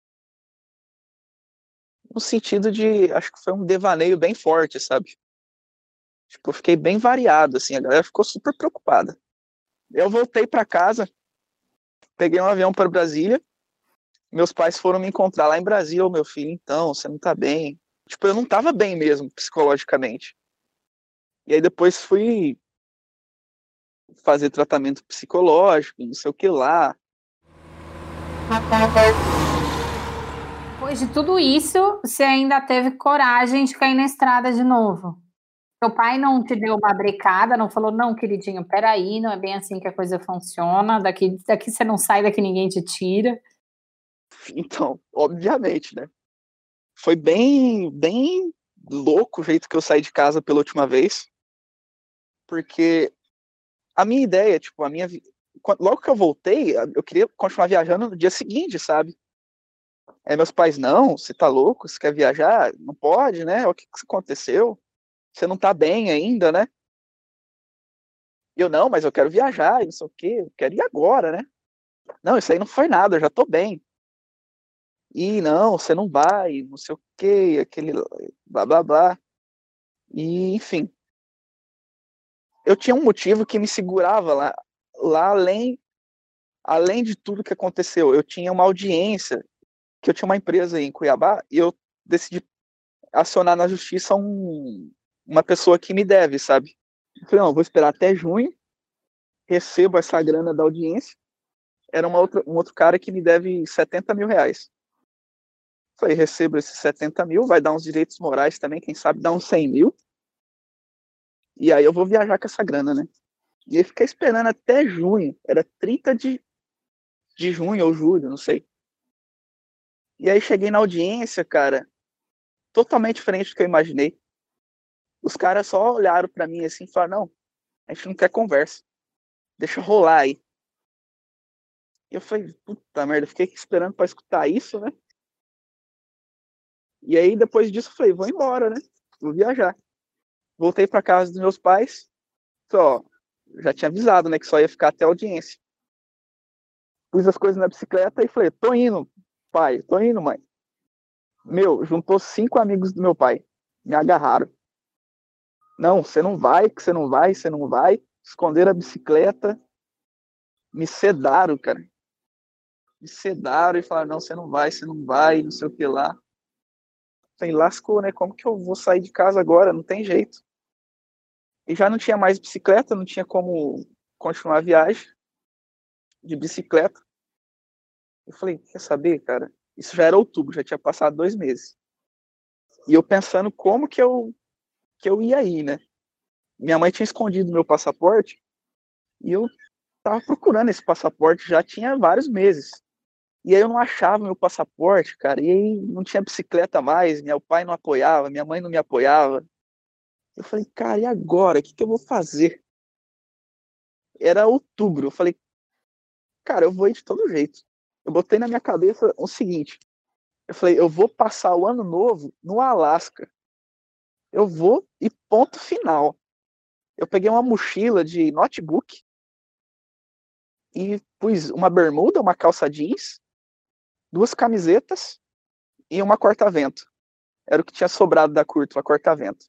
No sentido de... Acho que foi um devaneio bem forte, sabe? Tipo, eu fiquei bem variado, assim, a galera ficou super preocupada. Eu voltei pra casa, peguei um avião para Brasília, meus pais foram me encontrar lá em Brasília, ô meu filho, então, você não tá bem. Tipo, eu não tava bem mesmo, psicologicamente. E aí depois fui fazer tratamento psicológico, não sei o que lá. Depois de tudo isso, você ainda teve coragem de cair na estrada de novo? Seu pai não te deu uma brecada, não falou, não, queridinho, peraí, não é bem assim que a coisa funciona, daqui, daqui você não sai, daqui ninguém te tira. Então, obviamente, né? Foi bem, bem louco o jeito que eu saí de casa pela última vez, porque a minha ideia, tipo, a minha... Logo que eu voltei, eu queria continuar viajando no dia seguinte, sabe? Aí meus pais, não, você tá louco? Você quer viajar? Não pode, né? O que, que aconteceu? Você não tá bem ainda, né? E eu, não, mas eu quero viajar, e não sei o quê, eu quero ir agora, né? Não, isso aí não foi nada, eu já tô bem. E não, você não vai, não sei o quê, aquele blá blá blá. E, enfim. Eu tinha um motivo que me segurava lá, lá além, além de tudo que aconteceu. Eu tinha uma audiência, que eu tinha uma empresa em Cuiabá, e eu decidi acionar na justiça um, uma pessoa que me deve, sabe? Eu falei, não, eu vou esperar até junho, recebo essa grana da audiência. Era uma outra, um outro cara que me deve setenta mil reais. Falei, recebo esses setenta mil, vai dar uns direitos morais também, quem sabe dá uns cem mil. E aí eu vou viajar com essa grana, né? E aí fiquei esperando até junho. Era trinta de, de junho ou julho, não sei. E aí cheguei na audiência, cara, totalmente diferente do que eu imaginei. Os caras só olharam pra mim assim e falaram, não, a gente não quer conversa. Deixa rolar aí. E eu falei, puta merda, fiquei esperando pra escutar isso, né? E aí depois disso eu falei, vou embora, né? Vou viajar. Voltei pra casa dos meus pais. Só, já tinha avisado, né, que só ia ficar até a audiência. Pus as coisas na bicicleta e falei, tô indo, pai, tô indo, mãe. Meu, juntou cinco amigos do meu pai. Me agarraram. Não, você não vai, que você não vai, você não vai. Esconderam a bicicleta. Me sedaram, cara. Me sedaram e falaram, não, você não vai, você não vai, não sei o que lá. Falei, lascou, né? Como que eu vou sair de casa agora? Não tem jeito. E já não tinha mais bicicleta, não tinha como continuar a viagem de bicicleta. Eu falei, quer saber, cara? Isso já era outubro, já tinha passado dois meses. E eu pensando como que eu, que eu ia ir, né? Minha mãe tinha escondido meu passaporte e eu tava procurando esse passaporte já tinha vários meses. E aí eu não achava meu passaporte, cara. E aí não tinha bicicleta mais, meu pai não apoiava, minha mãe não me apoiava. Eu falei, cara, e agora? O que, que eu vou fazer? Era outubro. Eu falei, cara, eu vou ir de todo jeito. Eu botei na minha cabeça o seguinte. Eu falei, eu vou passar o ano novo no Alasca. Eu vou e ponto final. Eu peguei uma mochila de notebook e pus uma bermuda, uma calça jeans, duas camisetas e uma corta-vento. Era o que tinha sobrado da curta, uma corta-vento.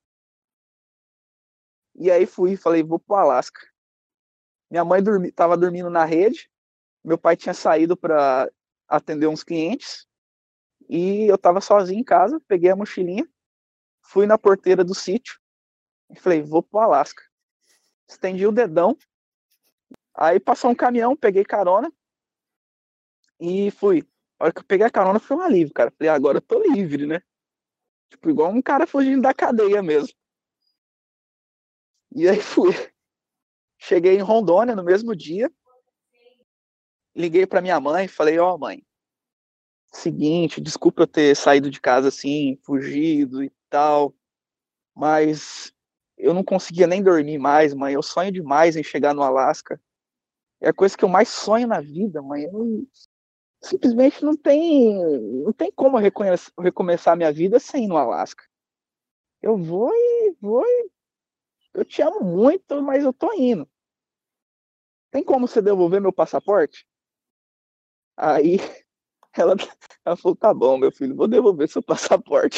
E aí fui e falei, vou pro Alasca. Minha mãe dormi, tava dormindo na rede, meu pai tinha saído para atender uns clientes e eu tava sozinho em casa, peguei a mochilinha, fui na porteira do sítio e falei, vou pro Alasca. Estendi o dedão, aí passou um caminhão, peguei carona e fui. A hora que eu peguei a carona foi um alívio, cara. Falei, agora eu tô livre, né? Tipo, igual um cara fugindo da cadeia mesmo. E aí fui. Cheguei em Rondônia no mesmo dia. Liguei pra minha mãe, falei, ó, oh, mãe, seguinte, desculpa eu ter saído de casa assim, fugido e tal, mas eu não conseguia nem dormir mais, mãe. Eu sonho demais em chegar no Alasca. É a coisa que eu mais sonho na vida, mãe. Eu não, simplesmente não tem, não tem como eu recomeçar, recomeçar minha vida sem ir no Alasca. Eu vou e vou e eu te amo muito, mas eu tô indo. Tem como você devolver meu passaporte? Aí ela, ela falou, tá bom, meu filho, vou devolver seu passaporte.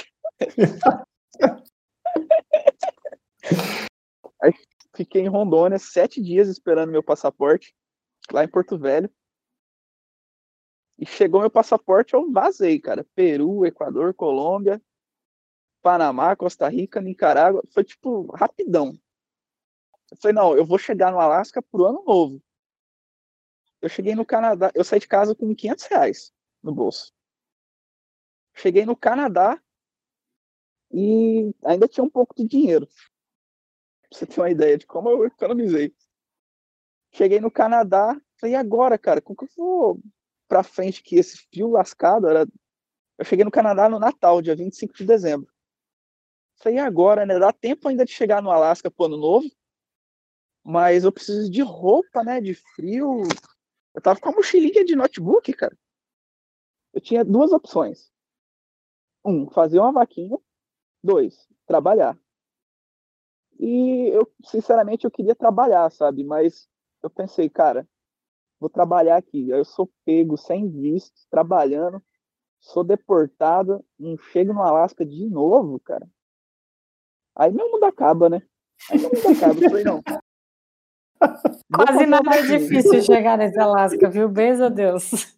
Aí fiquei em Rondônia sete dias esperando meu passaporte, lá em Porto Velho. E chegou meu passaporte, eu vazei, cara. Peru, Equador, Colômbia, Panamá, Costa Rica, Nicarágua. Foi, tipo, rapidão. Eu falei, não, eu vou chegar no Alasca pro ano novo. Eu cheguei no Canadá, eu saí de casa com quinhentos reais no bolso. Cheguei no Canadá e ainda tinha um pouco de dinheiro. Pra você ter uma ideia de como eu economizei. Cheguei no Canadá, falei, e agora, cara? Como que eu vou pra frente que esse fio lascado era... Eu cheguei no Canadá no Natal, dia vinte e cinco de dezembro. Falei, e agora, né? Dá tempo ainda de chegar no Alasca pro ano novo, mas eu preciso de roupa, né? De frio. Eu tava com a mochilinha de notebook, cara. Eu tinha duas opções. Um, fazer uma vaquinha. Dois, trabalhar. E eu, sinceramente, eu queria trabalhar, sabe? Mas eu pensei, cara, vou trabalhar aqui. Aí eu sou pego sem visto, trabalhando, sou deportado, não chego no Alasca de novo, cara. Aí meu mundo acaba, né? Aí meu mundo acaba. Eu falei, não. Quase nada é difícil chegar nesse Alasca, viu? Beijo a Deus.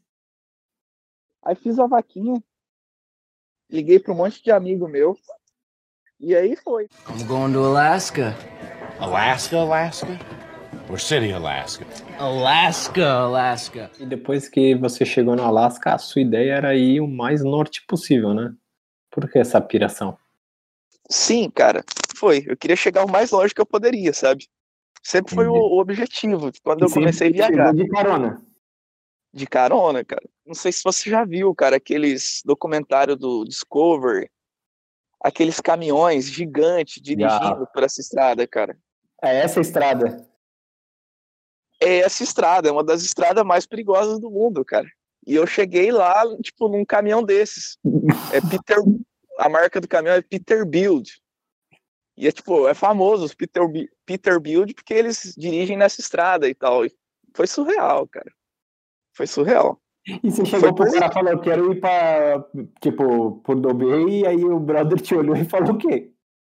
Aí fiz a vaquinha, liguei para um monte de amigo meu, e aí foi. I'm going to Alaska. Alaska, Alaska? Or City, Alaska? Alaska, Alaska. E depois que você chegou no Alasca, a sua ideia era ir o mais norte possível, né? Por que essa piração? Sim, cara, foi. Eu queria chegar o mais longe que eu poderia, sabe? Sempre foi o, o objetivo, quando E eu comecei a viajar. de carona. De carona, cara. Não sei se você já viu, cara, aqueles documentários do Discovery, aqueles caminhões gigantes dirigindo por essa estrada, cara. É essa estrada? É essa estrada, é uma das estradas mais perigosas do mundo, cara. E eu cheguei lá, tipo, num caminhão desses. É Peter... A marca do caminhão é Peterbilt. E é, tipo, é famoso os Peter... Peterbilt porque eles dirigem nessa estrada e tal. E foi surreal, cara. Foi surreal. E você chegou pro cara e falou, quero ir pra, tipo, por Dobey, e aí o brother te olhou e falou o quê?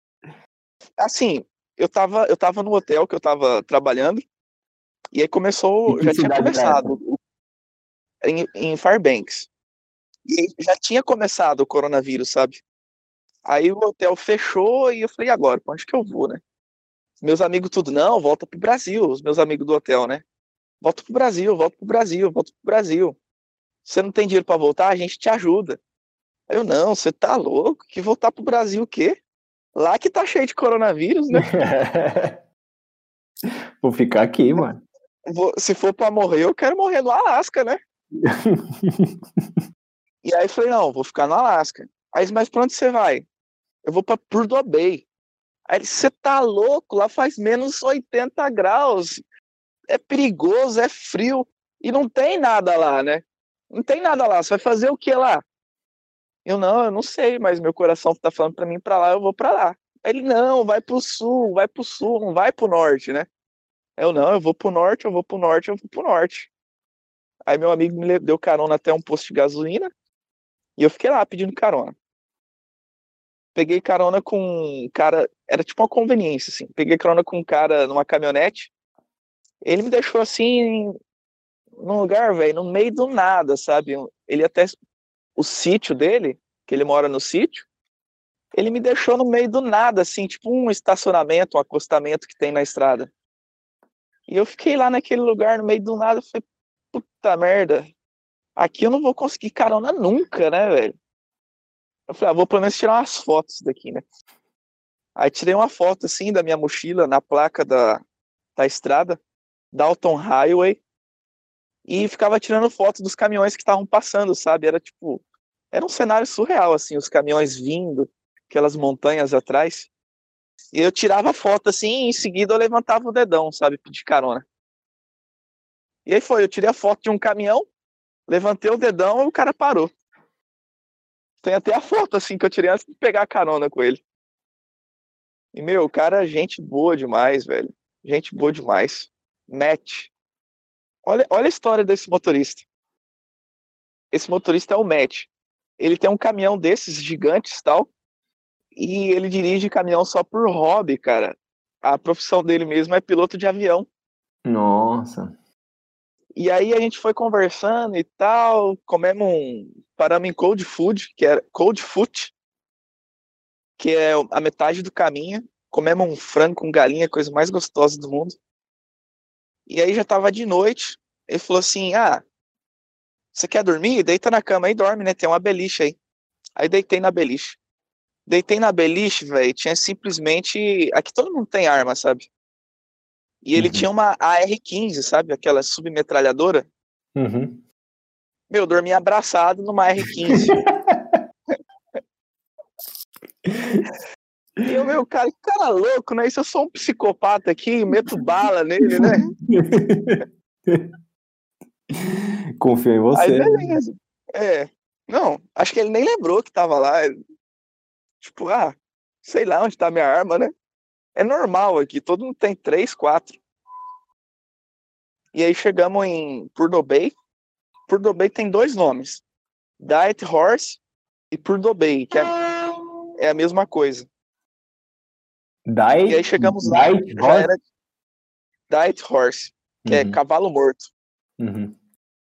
Assim, eu tava, eu tava no hotel que eu tava trabalhando, e aí começou, já tinha começado em, em Fairbanks. E já tinha começado o coronavírus, sabe? Aí o hotel fechou e eu falei, e agora? Pra onde que eu vou, né? Meus amigos tudo, não, volta pro Brasil, os meus amigos do hotel, né? Volta pro Brasil, volta pro Brasil, volta pro Brasil. Você não tem dinheiro pra voltar? A gente te ajuda. Aí eu, não, você tá louco? Que voltar pro Brasil o quê? Lá que tá cheio de coronavírus, né? Vou ficar aqui, mano. Vou, se for pra morrer, eu quero morrer no Alasca, né? E aí eu falei, não, vou ficar no Alasca. Aí, mas pra onde você vai? Eu vou pra Prudhoe Bay. Aí ele, você tá louco? Lá faz menos oitenta graus. É perigoso, é frio. E não tem nada lá, né? Não tem nada lá. Você vai fazer o que lá? Eu, não, eu não sei, mas meu coração tá falando pra mim ir pra lá, eu vou pra lá. Aí ele, não, vai pro sul, vai pro sul, não vai pro norte, né? Eu, não, eu vou pro norte, eu vou pro norte, eu vou pro norte. Aí meu amigo me deu carona até um posto de gasolina e eu fiquei lá pedindo carona. Peguei carona com um cara, era tipo uma conveniência, assim. Peguei carona com um cara numa caminhonete. Ele me deixou assim, num lugar, velho, no meio do nada, sabe? Ele até, o sítio dele, que ele mora no sítio, ele me deixou no meio do nada, assim, tipo um estacionamento, um acostamento que tem na estrada. E eu fiquei lá naquele lugar, no meio do nada, falei, puta merda, aqui eu não vou conseguir carona nunca, né, velho? Eu falei, ah, vou pelo menos tirar umas fotos daqui, né? Aí tirei uma foto, assim, da minha mochila, na placa da, da estrada, Dalton Highway, e ficava tirando foto dos caminhões que estavam passando, sabe? Era tipo, era um cenário surreal, assim, os caminhões vindo, aquelas montanhas atrás. E eu tirava foto assim, e em seguida eu levantava o dedão, sabe? Pedir carona. E aí foi, eu tirei a foto de um caminhão, levantei o dedão e o cara parou. Tem até a foto, assim, que eu tirei antes de pegar a carona com ele. E, meu, o cara é gente boa demais, velho. Gente boa demais. Matt. Olha, olha a história desse motorista. Esse motorista é o Matt. Ele tem um caminhão desses gigantes e tal, e ele dirige caminhão só por hobby, cara. A profissão dele mesmo é piloto de avião. Nossa. E aí a gente foi conversando e tal, comemos um... Paramos em Cold Food, que é Cold Foot, que é a metade do caminho. Comemos um frango com galinha, coisa mais gostosa do mundo. E aí já tava de noite. Ele falou assim, ah, você quer dormir? Deita na cama aí, dorme, né? Tem uma beliche aí. Aí deitei na beliche. Deitei na beliche, velho, tinha simplesmente... Aqui todo mundo tem arma, sabe? E ele Uhum. tinha uma A R quinze, sabe? Aquela submetralhadora. Uhum. Meu, eu dormi abraçado numa A R quinze. E eu, meu, cara, que cara louco, né? E se eu sou um psicopata aqui, meto bala nele, né? Confio em você. Aí, beleza. É. Não, acho que ele nem lembrou que tava lá. Tipo, ah, sei lá onde tá minha arma, né? É normal aqui, todo mundo tem três, quatro. E aí chegamos em Purdue Bay. Purdue Bay tem dois nomes. Diet Horse e Purdue Bay, que é, é a mesma coisa. Diet, E aí chegamos lá, Diet já Horse? era Diet Horse, que Uhum. é cavalo morto. Uhum.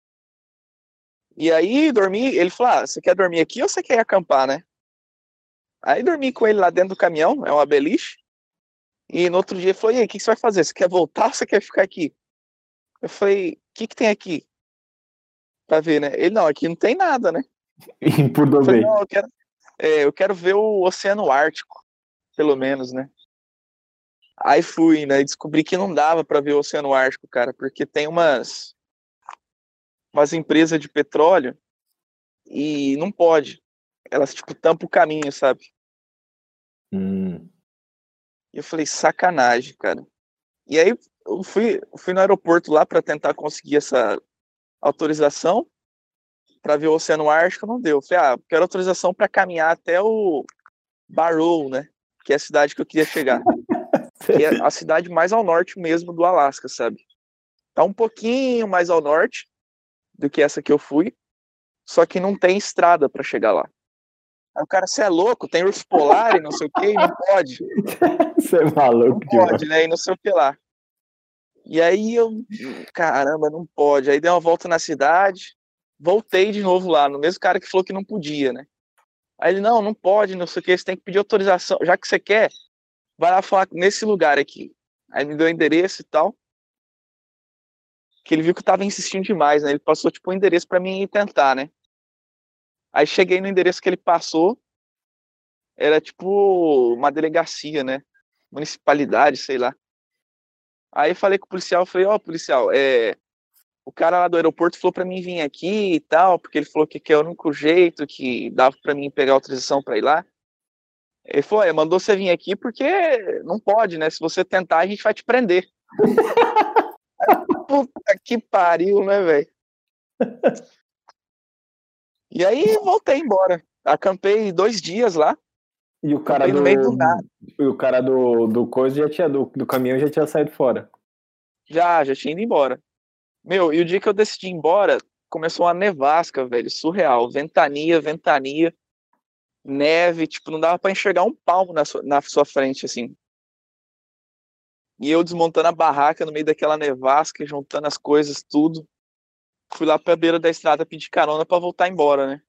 E aí dormi, ele falou, ah, você quer dormir aqui ou você quer ir acampar, né? Aí dormi com ele lá dentro do caminhão, é uma beliche. E no outro dia ele falou, e aí, o que você vai fazer? Você quer voltar ou você quer ficar aqui? Eu falei, o que que tem aqui? Pra ver, né? Ele, não, aqui não tem nada, né? Em Eu Purdue falei, Bay. não, eu quero, é, eu quero ver o Oceano Ártico, pelo menos, né? Aí fui, né? E descobri que não dava pra ver o Oceano Ártico, cara, porque tem umas, umas empresas de petróleo e não pode. Elas, tipo, tampam o caminho, sabe? Hum. E eu falei, sacanagem, cara. E aí eu fui, fui no aeroporto lá pra tentar conseguir essa autorização pra ver o Oceano Ártico, não deu. Eu falei, ah, quero autorização pra caminhar até o Barrow, né? Que é a cidade que eu queria chegar. Que é a cidade mais ao norte mesmo do Alasca, sabe? Tá um pouquinho mais ao norte do que essa que eu fui, só que não tem estrada pra chegar lá. Aí o cara, você é louco? Tem urso polar e não sei o que, e não pode. Você é maluco, Não pode, né? E não sei o que lá. E aí eu, caramba, não pode. Aí dei uma volta na cidade, voltei de novo lá, no mesmo cara que falou que não podia, né? Aí ele, não, não pode, não sei o que, você tem que pedir autorização. Já que você quer, vai lá falar nesse lugar aqui. Aí me deu o endereço e tal. Que ele viu que eu tava insistindo demais, né? Ele passou, tipo, o endereço pra mim ir tentar, né? Aí cheguei no endereço que ele passou, era tipo uma delegacia, né? Municipalidade, sei lá. Aí falei com o policial, falei, ó, oh, policial, é... o cara lá do aeroporto falou pra mim vir aqui e tal, porque ele falou que, que é o único jeito que dava pra mim pegar autorização pra ir lá. Ele falou, é, mandou você vir aqui porque não pode, né? Se você tentar, a gente vai te prender. Puta que pariu, né, velho? E aí voltei embora. Acampei dois dias lá. E o cara Acampei do, no meio do nada. E o cara do, do coisa já tinha, do, do caminhão já tinha saído fora. Já, já tinha ido embora. Meu, e o dia que eu decidi ir embora, começou uma nevasca, velho, surreal. Ventania, ventania, neve, tipo, não dava pra enxergar um palmo na sua, na sua frente, assim. E eu desmontando a barraca no meio daquela nevasca, juntando as coisas, tudo. Fui lá pra beira da estrada pedir carona pra voltar embora, né?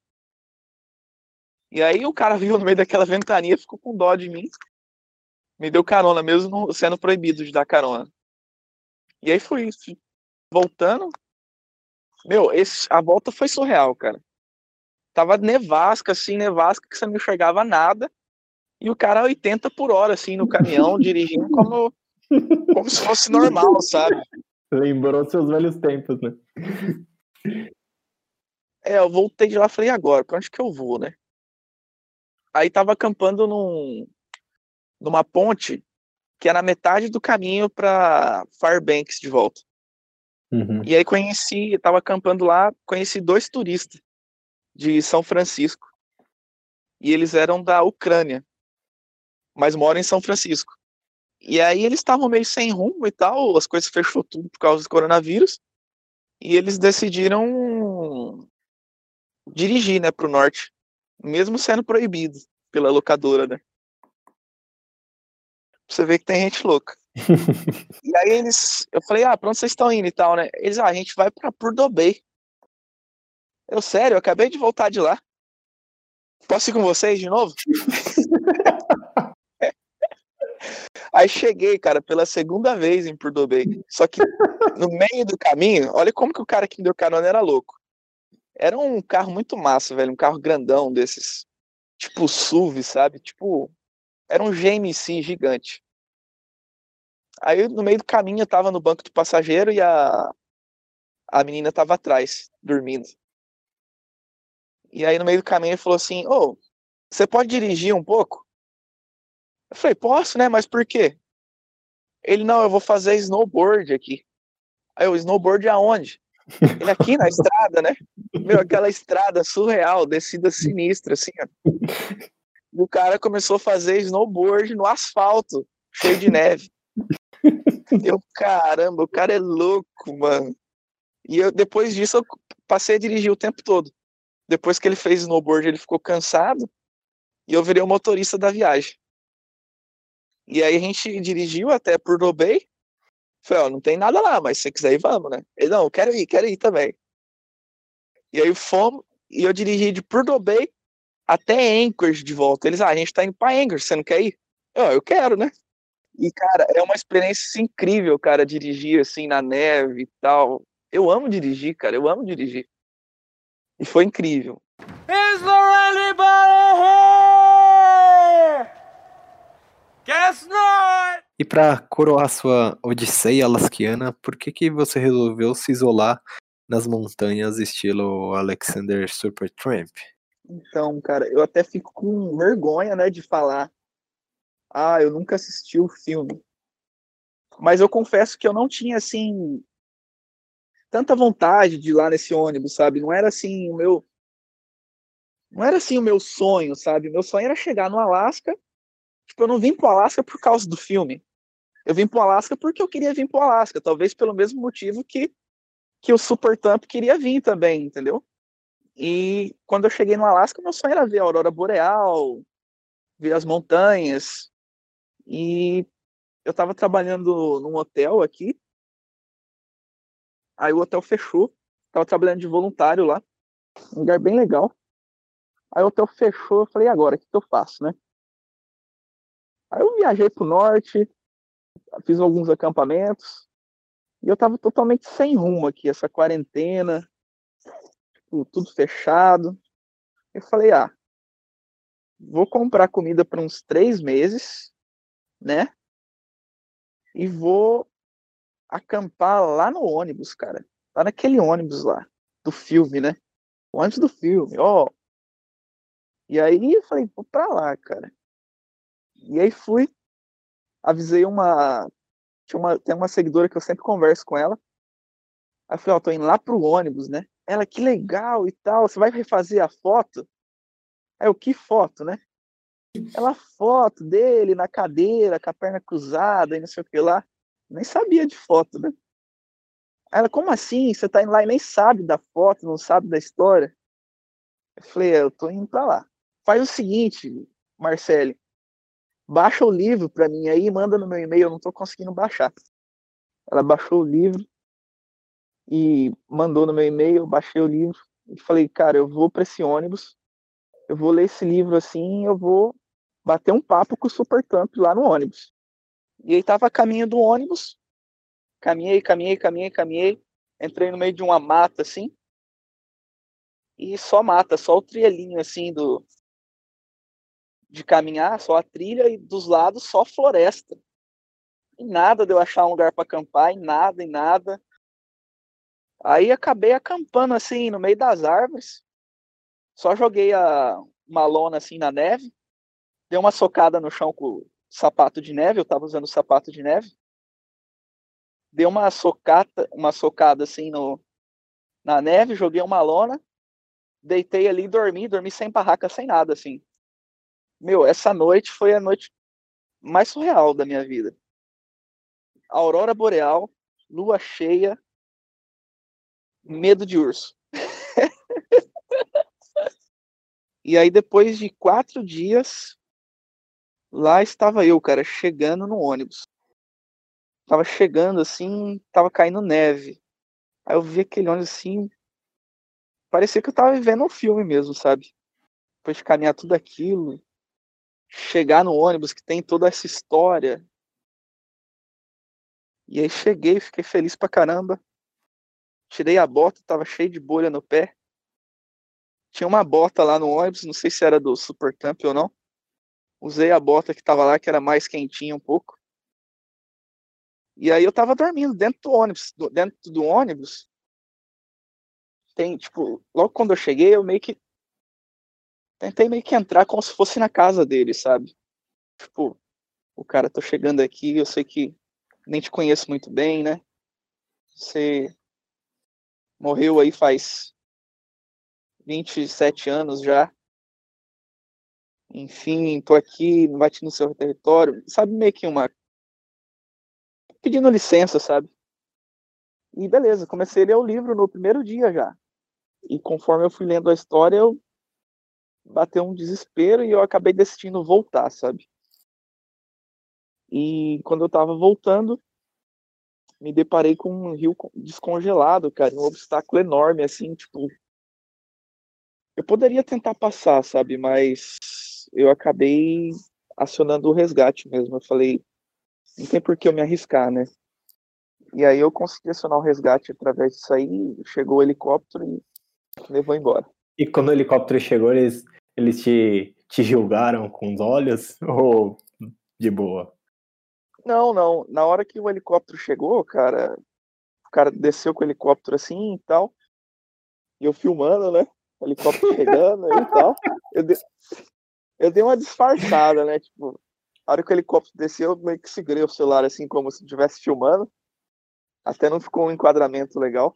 E aí o cara viu no meio daquela ventania, ficou com dó de mim. Me deu carona, mesmo sendo proibido de dar carona. E aí fui voltando. Meu, esse, a volta foi surreal, cara. Tava nevasca, assim, nevasca, que você não enxergava nada. E o cara a oitenta por hora, assim, no caminhão, dirigindo como, Como se fosse normal, sabe? Lembrou seus velhos tempos, né? É, eu voltei de lá e falei, e agora? Pra onde que eu vou, né? Aí tava acampando num, numa ponte que é na metade do caminho pra Fairbanks de volta. Uhum. E aí conheci, tava acampando lá, conheci dois turistas de São Francisco. E eles eram da Ucrânia, mas moram em São Francisco. E aí eles estavam meio sem rumo e tal, as coisas fechou tudo por causa do coronavírus. E eles decidiram dirigir, né, pro norte, mesmo sendo proibido pela locadora, né? Você vê que tem gente louca. E aí eles, eu falei, ah, pra onde vocês estão indo e tal, né? Eles, ah, a gente vai pra Prudhoe Bay. Eu, sério, eu acabei de voltar de lá. Posso ir com vocês de novo? Aí cheguei, cara, pela segunda vez em Prudhoe Bay. Só que no meio do caminho, olha como que o cara que me deu carona era louco. Era um carro muito massa, velho, um carro grandão desses, tipo S U V, sabe? Tipo, era um G M C gigante. Aí no meio do caminho eu tava no banco do passageiro e a, a menina tava atrás, dormindo. E aí no meio do caminho ele falou assim, ô, você pode dirigir um pouco? Eu falei, posso, né? Mas por quê? Ele, não, eu vou fazer snowboard aqui. Aí eu, snowboard aonde? Ele, aqui na estrada, né? Meu, aquela estrada surreal, descida sinistra, assim, ó. E o cara começou a fazer snowboard no asfalto, cheio de neve. Eu, caramba, o cara é louco, mano. E eu, depois disso, eu passei a dirigir o tempo todo. Depois que ele fez snowboard, ele ficou cansado e eu virei o motorista da viagem. E aí a gente dirigiu até Prudhoe Bay. Falei, ó, não tem nada lá, mas se você quiser ir, vamos, né? Ele, não, eu quero ir, quero ir também. E aí fomos, e eu dirigi de Prudhoe Bay até Anchorage de volta. Eles, ah, a gente tá indo pra Anchorage, você não quer ir? Eu, eu quero, né? E, cara, é uma experiência incrível, cara, dirigir assim na neve e tal. Eu amo dirigir, cara, eu amo dirigir. E foi incrível. Is there anybody here? Guess not! E pra coroar sua odisseia alasquiana, por que que você resolveu se isolar nas montanhas estilo Alexander Supertramp? Então, cara, eu até fico com vergonha, né, de falar. Ah, eu nunca assisti o filme. Mas eu confesso que eu não tinha, assim, tanta vontade de ir lá nesse ônibus, sabe? Não era assim o meu... Não era assim o meu sonho, sabe? Meu sonho era chegar no Alasca. Tipo, eu não vim pro Alasca por causa do filme. Eu vim pro Alasca porque eu queria vir pro Alasca. Talvez pelo mesmo motivo que, que o Supertramp queria vir também, entendeu? E quando eu cheguei no Alasca, meu sonho era ver a aurora boreal, ver as montanhas. E eu tava trabalhando num hotel aqui. Aí o hotel fechou. Tava trabalhando de voluntário lá. Um lugar bem legal. Aí o hotel fechou. Eu falei, e agora? O que, que eu faço, né? Aí eu viajei pro norte. Fiz alguns acampamentos. E eu tava totalmente sem rumo aqui. Essa quarentena. Tipo, tudo fechado. Eu falei, ah, vou comprar comida para uns três meses, né? E vou acampar lá no ônibus, cara. Lá naquele ônibus lá, do filme, né? O ônibus do filme, ó. E aí eu falei, vou pra lá, cara. E aí fui, avisei uma... Tinha uma tem uma seguidora que eu sempre converso com ela. Aí eu falei, ó, tô indo lá pro ônibus, né? Ela, que legal e tal, você vai refazer a foto? Aí eu, que foto, né? Ela, foto dele na cadeira, com a perna cruzada e não sei o que lá. Nem sabia de foto, né? Aí ela, como assim? Você tá indo lá e nem sabe da foto, não sabe da história? Eu falei, é, eu tô indo pra lá. Faz o seguinte, Marcele, baixa o livro pra mim aí e manda no meu e-mail, eu não tô conseguindo baixar. Ela baixou o livro e mandou no meu e-mail, eu baixei o livro e falei, cara, eu vou pra esse ônibus, eu vou ler esse livro assim, eu vou bater um papo com o Supertramp lá no ônibus. E aí tava a caminho do ônibus, caminhei, caminhei, caminhei, caminhei, entrei no meio de uma mata, assim, e só mata, só o trielinho, assim, do, de caminhar, só a trilha, e dos lados só floresta. em nada de eu achar um lugar para acampar, em nada, em nada. Aí acabei acampando assim no meio das árvores. Só joguei a, uma lona assim na neve. Dei uma socada no chão com o sapato de neve. Eu tava usando sapato de neve. Dei uma socata, uma socada assim no, na neve. Joguei uma lona. Deitei ali e dormi. Dormi sem barraca, sem nada assim. Meu, essa noite foi a noite mais surreal da minha vida. Aurora boreal, lua cheia, medo de urso. E aí, depois de quatro dias, lá estava eu, cara, chegando no ônibus. Tava chegando assim, tava caindo neve. Aí eu vi aquele ônibus assim, parecia que eu tava vivendo um filme mesmo, sabe? Depois de caminhar tudo aquilo, chegar no ônibus que tem toda essa história. E aí cheguei, fiquei feliz pra caramba. Tirei a bota, tava cheio de bolha no pé. Tinha uma bota lá no ônibus, não sei se era do Supercamp ou não. Usei a bota que tava lá, que era mais quentinha um pouco. E aí eu tava dormindo dentro do ônibus. Dentro do ônibus, tem, tipo, logo quando eu cheguei, eu meio que tentei meio que entrar como se fosse na casa dele, sabe? Tipo, o cara, tô chegando aqui, eu sei que nem te conheço muito bem, né? Você morreu aí faz vinte e sete anos já. Enfim, tô aqui, bati no seu território. Sabe, meio que uma... pedindo licença, sabe? E beleza, comecei a ler o livro no primeiro dia já. E conforme eu fui lendo a história, eu bateu um desespero e eu acabei decidindo voltar, sabe? E quando eu tava voltando, me deparei com um rio descongelado, cara, um obstáculo enorme, assim, tipo... Eu poderia tentar passar, sabe? Mas eu acabei acionando o resgate mesmo. Eu falei, não tem por que eu me arriscar, né? E aí eu consegui acionar o resgate através disso aí, chegou o helicóptero e levou embora. E quando o helicóptero chegou, eles, eles te, te julgaram com os olhos? Ou de boa? Não, não. Na hora que o helicóptero chegou, cara, o cara desceu com o helicóptero assim e tal, e eu filmando, né? O helicóptero chegando e tal. Eu dei, eu dei uma disfarçada, né? Tipo, a hora que o helicóptero desceu, eu meio que segurei o celular assim, como se estivesse filmando. Até não ficou um enquadramento legal.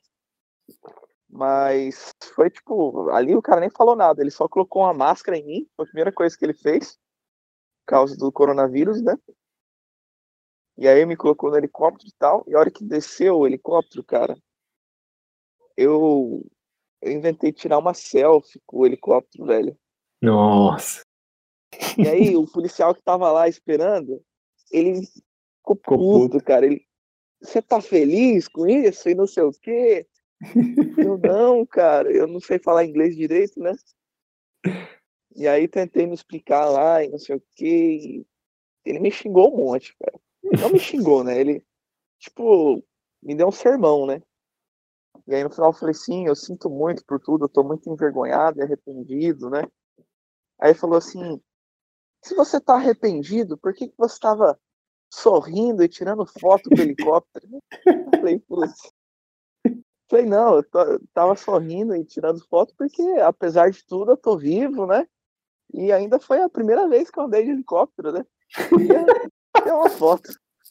Mas foi tipo, ali o cara nem falou nada, ele só colocou uma máscara em mim, foi a primeira coisa que ele fez, por causa do coronavírus, né? E aí me colocou no helicóptero e tal, e a hora que desceu o helicóptero, cara, eu, eu inventei tirar uma selfie com o helicóptero, velho. Nossa. E aí o policial que tava lá esperando, ele ficou Ficou puto, puto. cara, ele, você tá feliz com isso e não sei o quê? Eu não, cara, eu não sei falar inglês direito, né? E aí tentei me explicar lá e não sei o que. Ele me xingou um monte, cara. Não me xingou, né? Ele, tipo, me deu um sermão, né? E aí no final eu falei, sim, eu sinto muito por tudo, eu tô muito envergonhado e arrependido, né? Aí ele falou assim, se você tá arrependido, por que, que você tava sorrindo e tirando foto com o helicóptero? Eu falei, putz. Falei, não, eu, tô, eu tava sorrindo e tirando foto porque, apesar de tudo, eu tô vivo, né? E ainda foi a primeira vez que eu andei de helicóptero, né? E tem uma foto.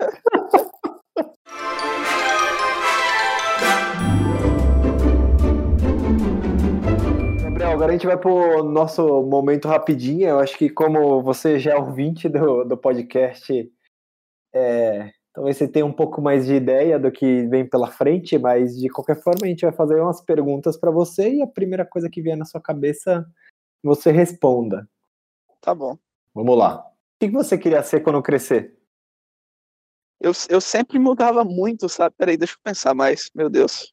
Gabriel, agora a gente vai pro nosso momento rapidinho. Eu acho que como você já é ouvinte do, do podcast, é... talvez você tenha um pouco mais de ideia do que vem pela frente, mas de qualquer forma a gente vai fazer umas perguntas para você e a primeira coisa que vier na sua cabeça, você responda. Tá bom. Vamos lá. O que você queria ser quando crescer? Eu, eu sempre mudava muito, sabe? Peraí, deixa eu pensar mais. Meu Deus.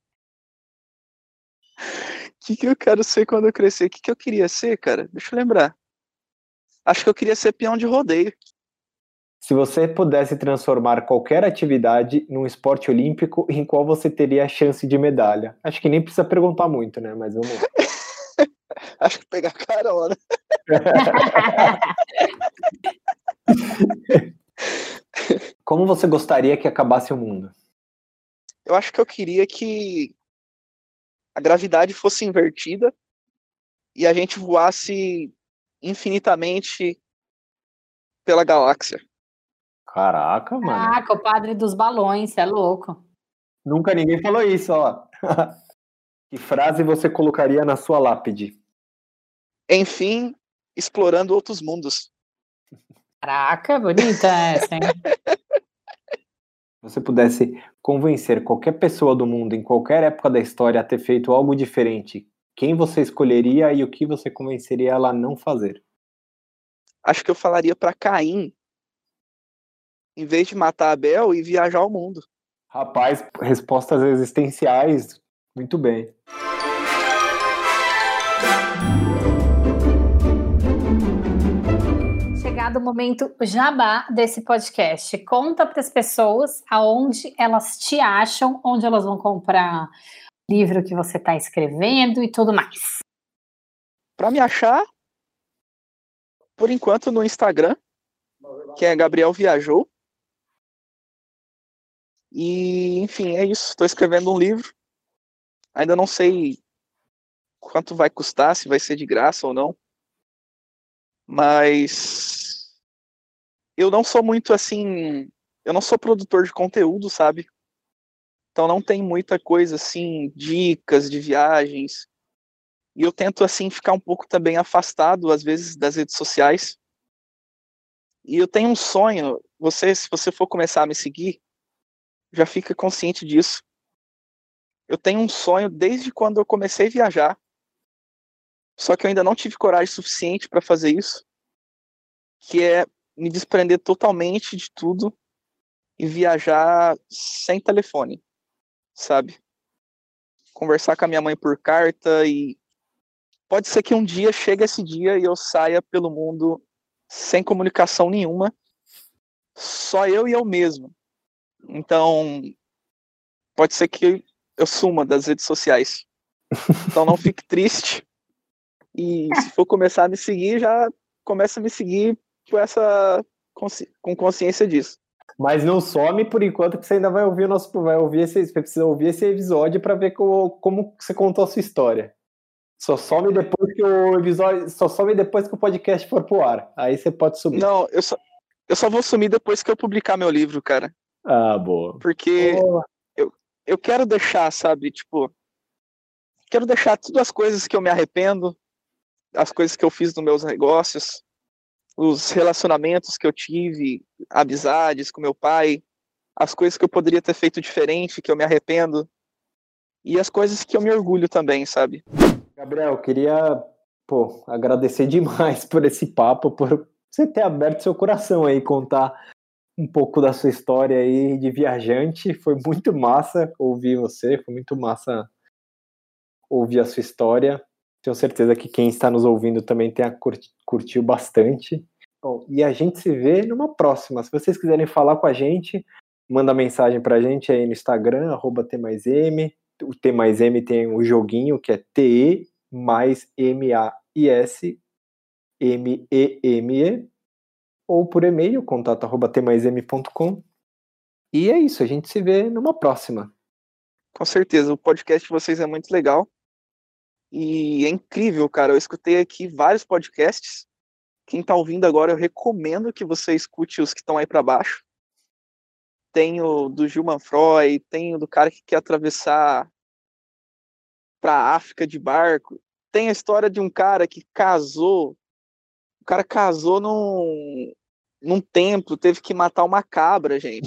O que, que eu quero ser quando eu crescer? O que, que eu queria ser, cara? Deixa eu lembrar. Acho que eu queria ser peão de rodeio. Se você pudesse transformar qualquer atividade num esporte olímpico, em qual você teria a chance de medalha? Acho que nem precisa perguntar muito, né? Mas vamos lá. Acho que pegar carona. Como você gostaria que acabasse o mundo? Eu acho que eu queria que a gravidade fosse invertida e a gente voasse infinitamente pela galáxia. Caraca, mano. Caraca, o padre dos balões, você é louco. Nunca ninguém falou isso, ó. Que frase você colocaria na sua lápide? Enfim, explorando outros mundos. Caraca, bonita essa, hein? Se você pudesse convencer qualquer pessoa do mundo, em qualquer época da história, a ter feito algo diferente, quem você escolheria e o que você convenceria ela a não fazer? Acho que eu falaria para Caim, em vez de matar Abel, e viajar ao mundo. Rapaz, respostas existenciais, muito bem. Chegado o momento jabá desse podcast. Conta para as pessoas aonde elas te acham, onde elas vão comprar o livro que você está escrevendo e tudo mais. Para me achar, por enquanto, no Instagram, que é Gabriel Viajou. E, enfim, é isso. Estou escrevendo um livro. Ainda não sei quanto vai custar, se vai ser de graça ou não. Mas eu não sou muito assim... Eu não sou produtor de conteúdo, sabe? Então não tem muita coisa assim, dicas de viagens. E eu tento assim ficar um pouco também afastado, às vezes, das redes sociais. E eu tenho um sonho. Você, se você for começar a me seguir, já fica consciente disso. Eu tenho um sonho desde quando eu comecei a viajar. Só que eu ainda não tive coragem suficiente para fazer isso. Que é me desprender totalmente de tudo e viajar sem telefone, sabe? Conversar com a minha mãe por carta e pode ser que um dia chegue esse dia e eu saia pelo mundo sem comunicação nenhuma, só eu e eu mesmo. Então, pode ser que eu suma das redes sociais. Então não fique triste. E se for começar a me seguir, já começa a me seguir com essa com consciência disso. Mas não some por enquanto, que você ainda vai ouvir o nosso, vai ouvir esse, você precisa ouvir esse episódio para ver como, como você contou a sua história. Só some depois que o episódio, só some depois que o podcast for pro ar. Aí você pode sumir. Não, eu só, eu só vou sumir depois que eu publicar meu livro, cara. Ah, boa. Porque boa. Eu, eu quero deixar, sabe, tipo, quero deixar todas as coisas que eu me arrependo, as coisas que eu fiz nos meus negócios, os relacionamentos que eu tive, amizades com meu pai, as coisas que eu poderia ter feito diferente, que eu me arrependo, e as coisas que eu me orgulho também, sabe? Gabriel, eu queria, pô, agradecer demais por esse papo, por você ter aberto seu coração aí, contar um pouco da sua história aí de viajante. Foi muito massa ouvir você, foi muito massa ouvir a sua história. Tenho certeza que quem está nos ouvindo também tenha curti, curtiu bastante. Bom, e a gente se vê numa próxima. Se vocês quiserem falar com a gente, manda mensagem pra gente aí no Instagram, arroba T mais M. O T mais M tem o joguinho que é T E mais M A I S M E M E, ou por e-mail, contato arroba T mais M ponto com. E é isso, a gente se vê numa próxima. Com certeza, o podcast de vocês é muito legal. E é incrível, cara. Eu escutei aqui vários podcasts. Quem tá ouvindo agora, eu recomendo que você escute os que estão aí para baixo. Tem o do Gilman Freud, tem o do cara que quer atravessar para a África de barco. Tem a história de um cara que casou. O cara casou num, num templo, teve que matar uma cabra, gente.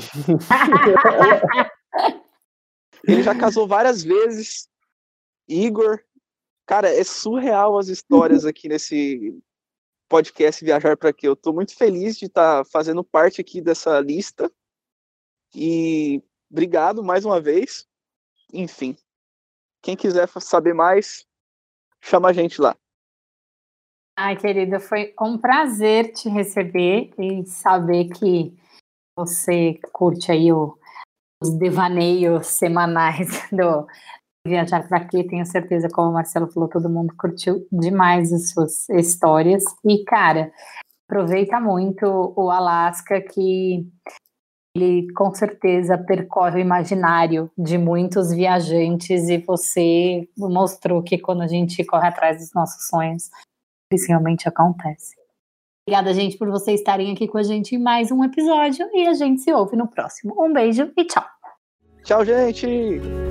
Ele já casou várias vezes. Igor. Cara, é surreal as histórias aqui nesse podcast Viajar Pra Quê. Eu tô muito feliz de estar tá fazendo parte aqui dessa lista. E obrigado mais uma vez. Enfim, quem quiser saber mais, chama a gente lá. Ai, querida, foi um prazer te receber e saber que você curte aí o, os devaneios semanais do Viajar Pra Quê. Tenho certeza, como o Marcelo falou, todo mundo curtiu demais as suas histórias. E, cara, aproveita muito o Alasca, que ele com certeza percorre o imaginário de muitos viajantes e você mostrou que quando a gente corre atrás dos nossos sonhos, isso realmente acontece. Obrigada, gente, por vocês estarem aqui com a gente em mais um episódio e a gente se ouve no próximo. Um beijo e tchau! Tchau, gente!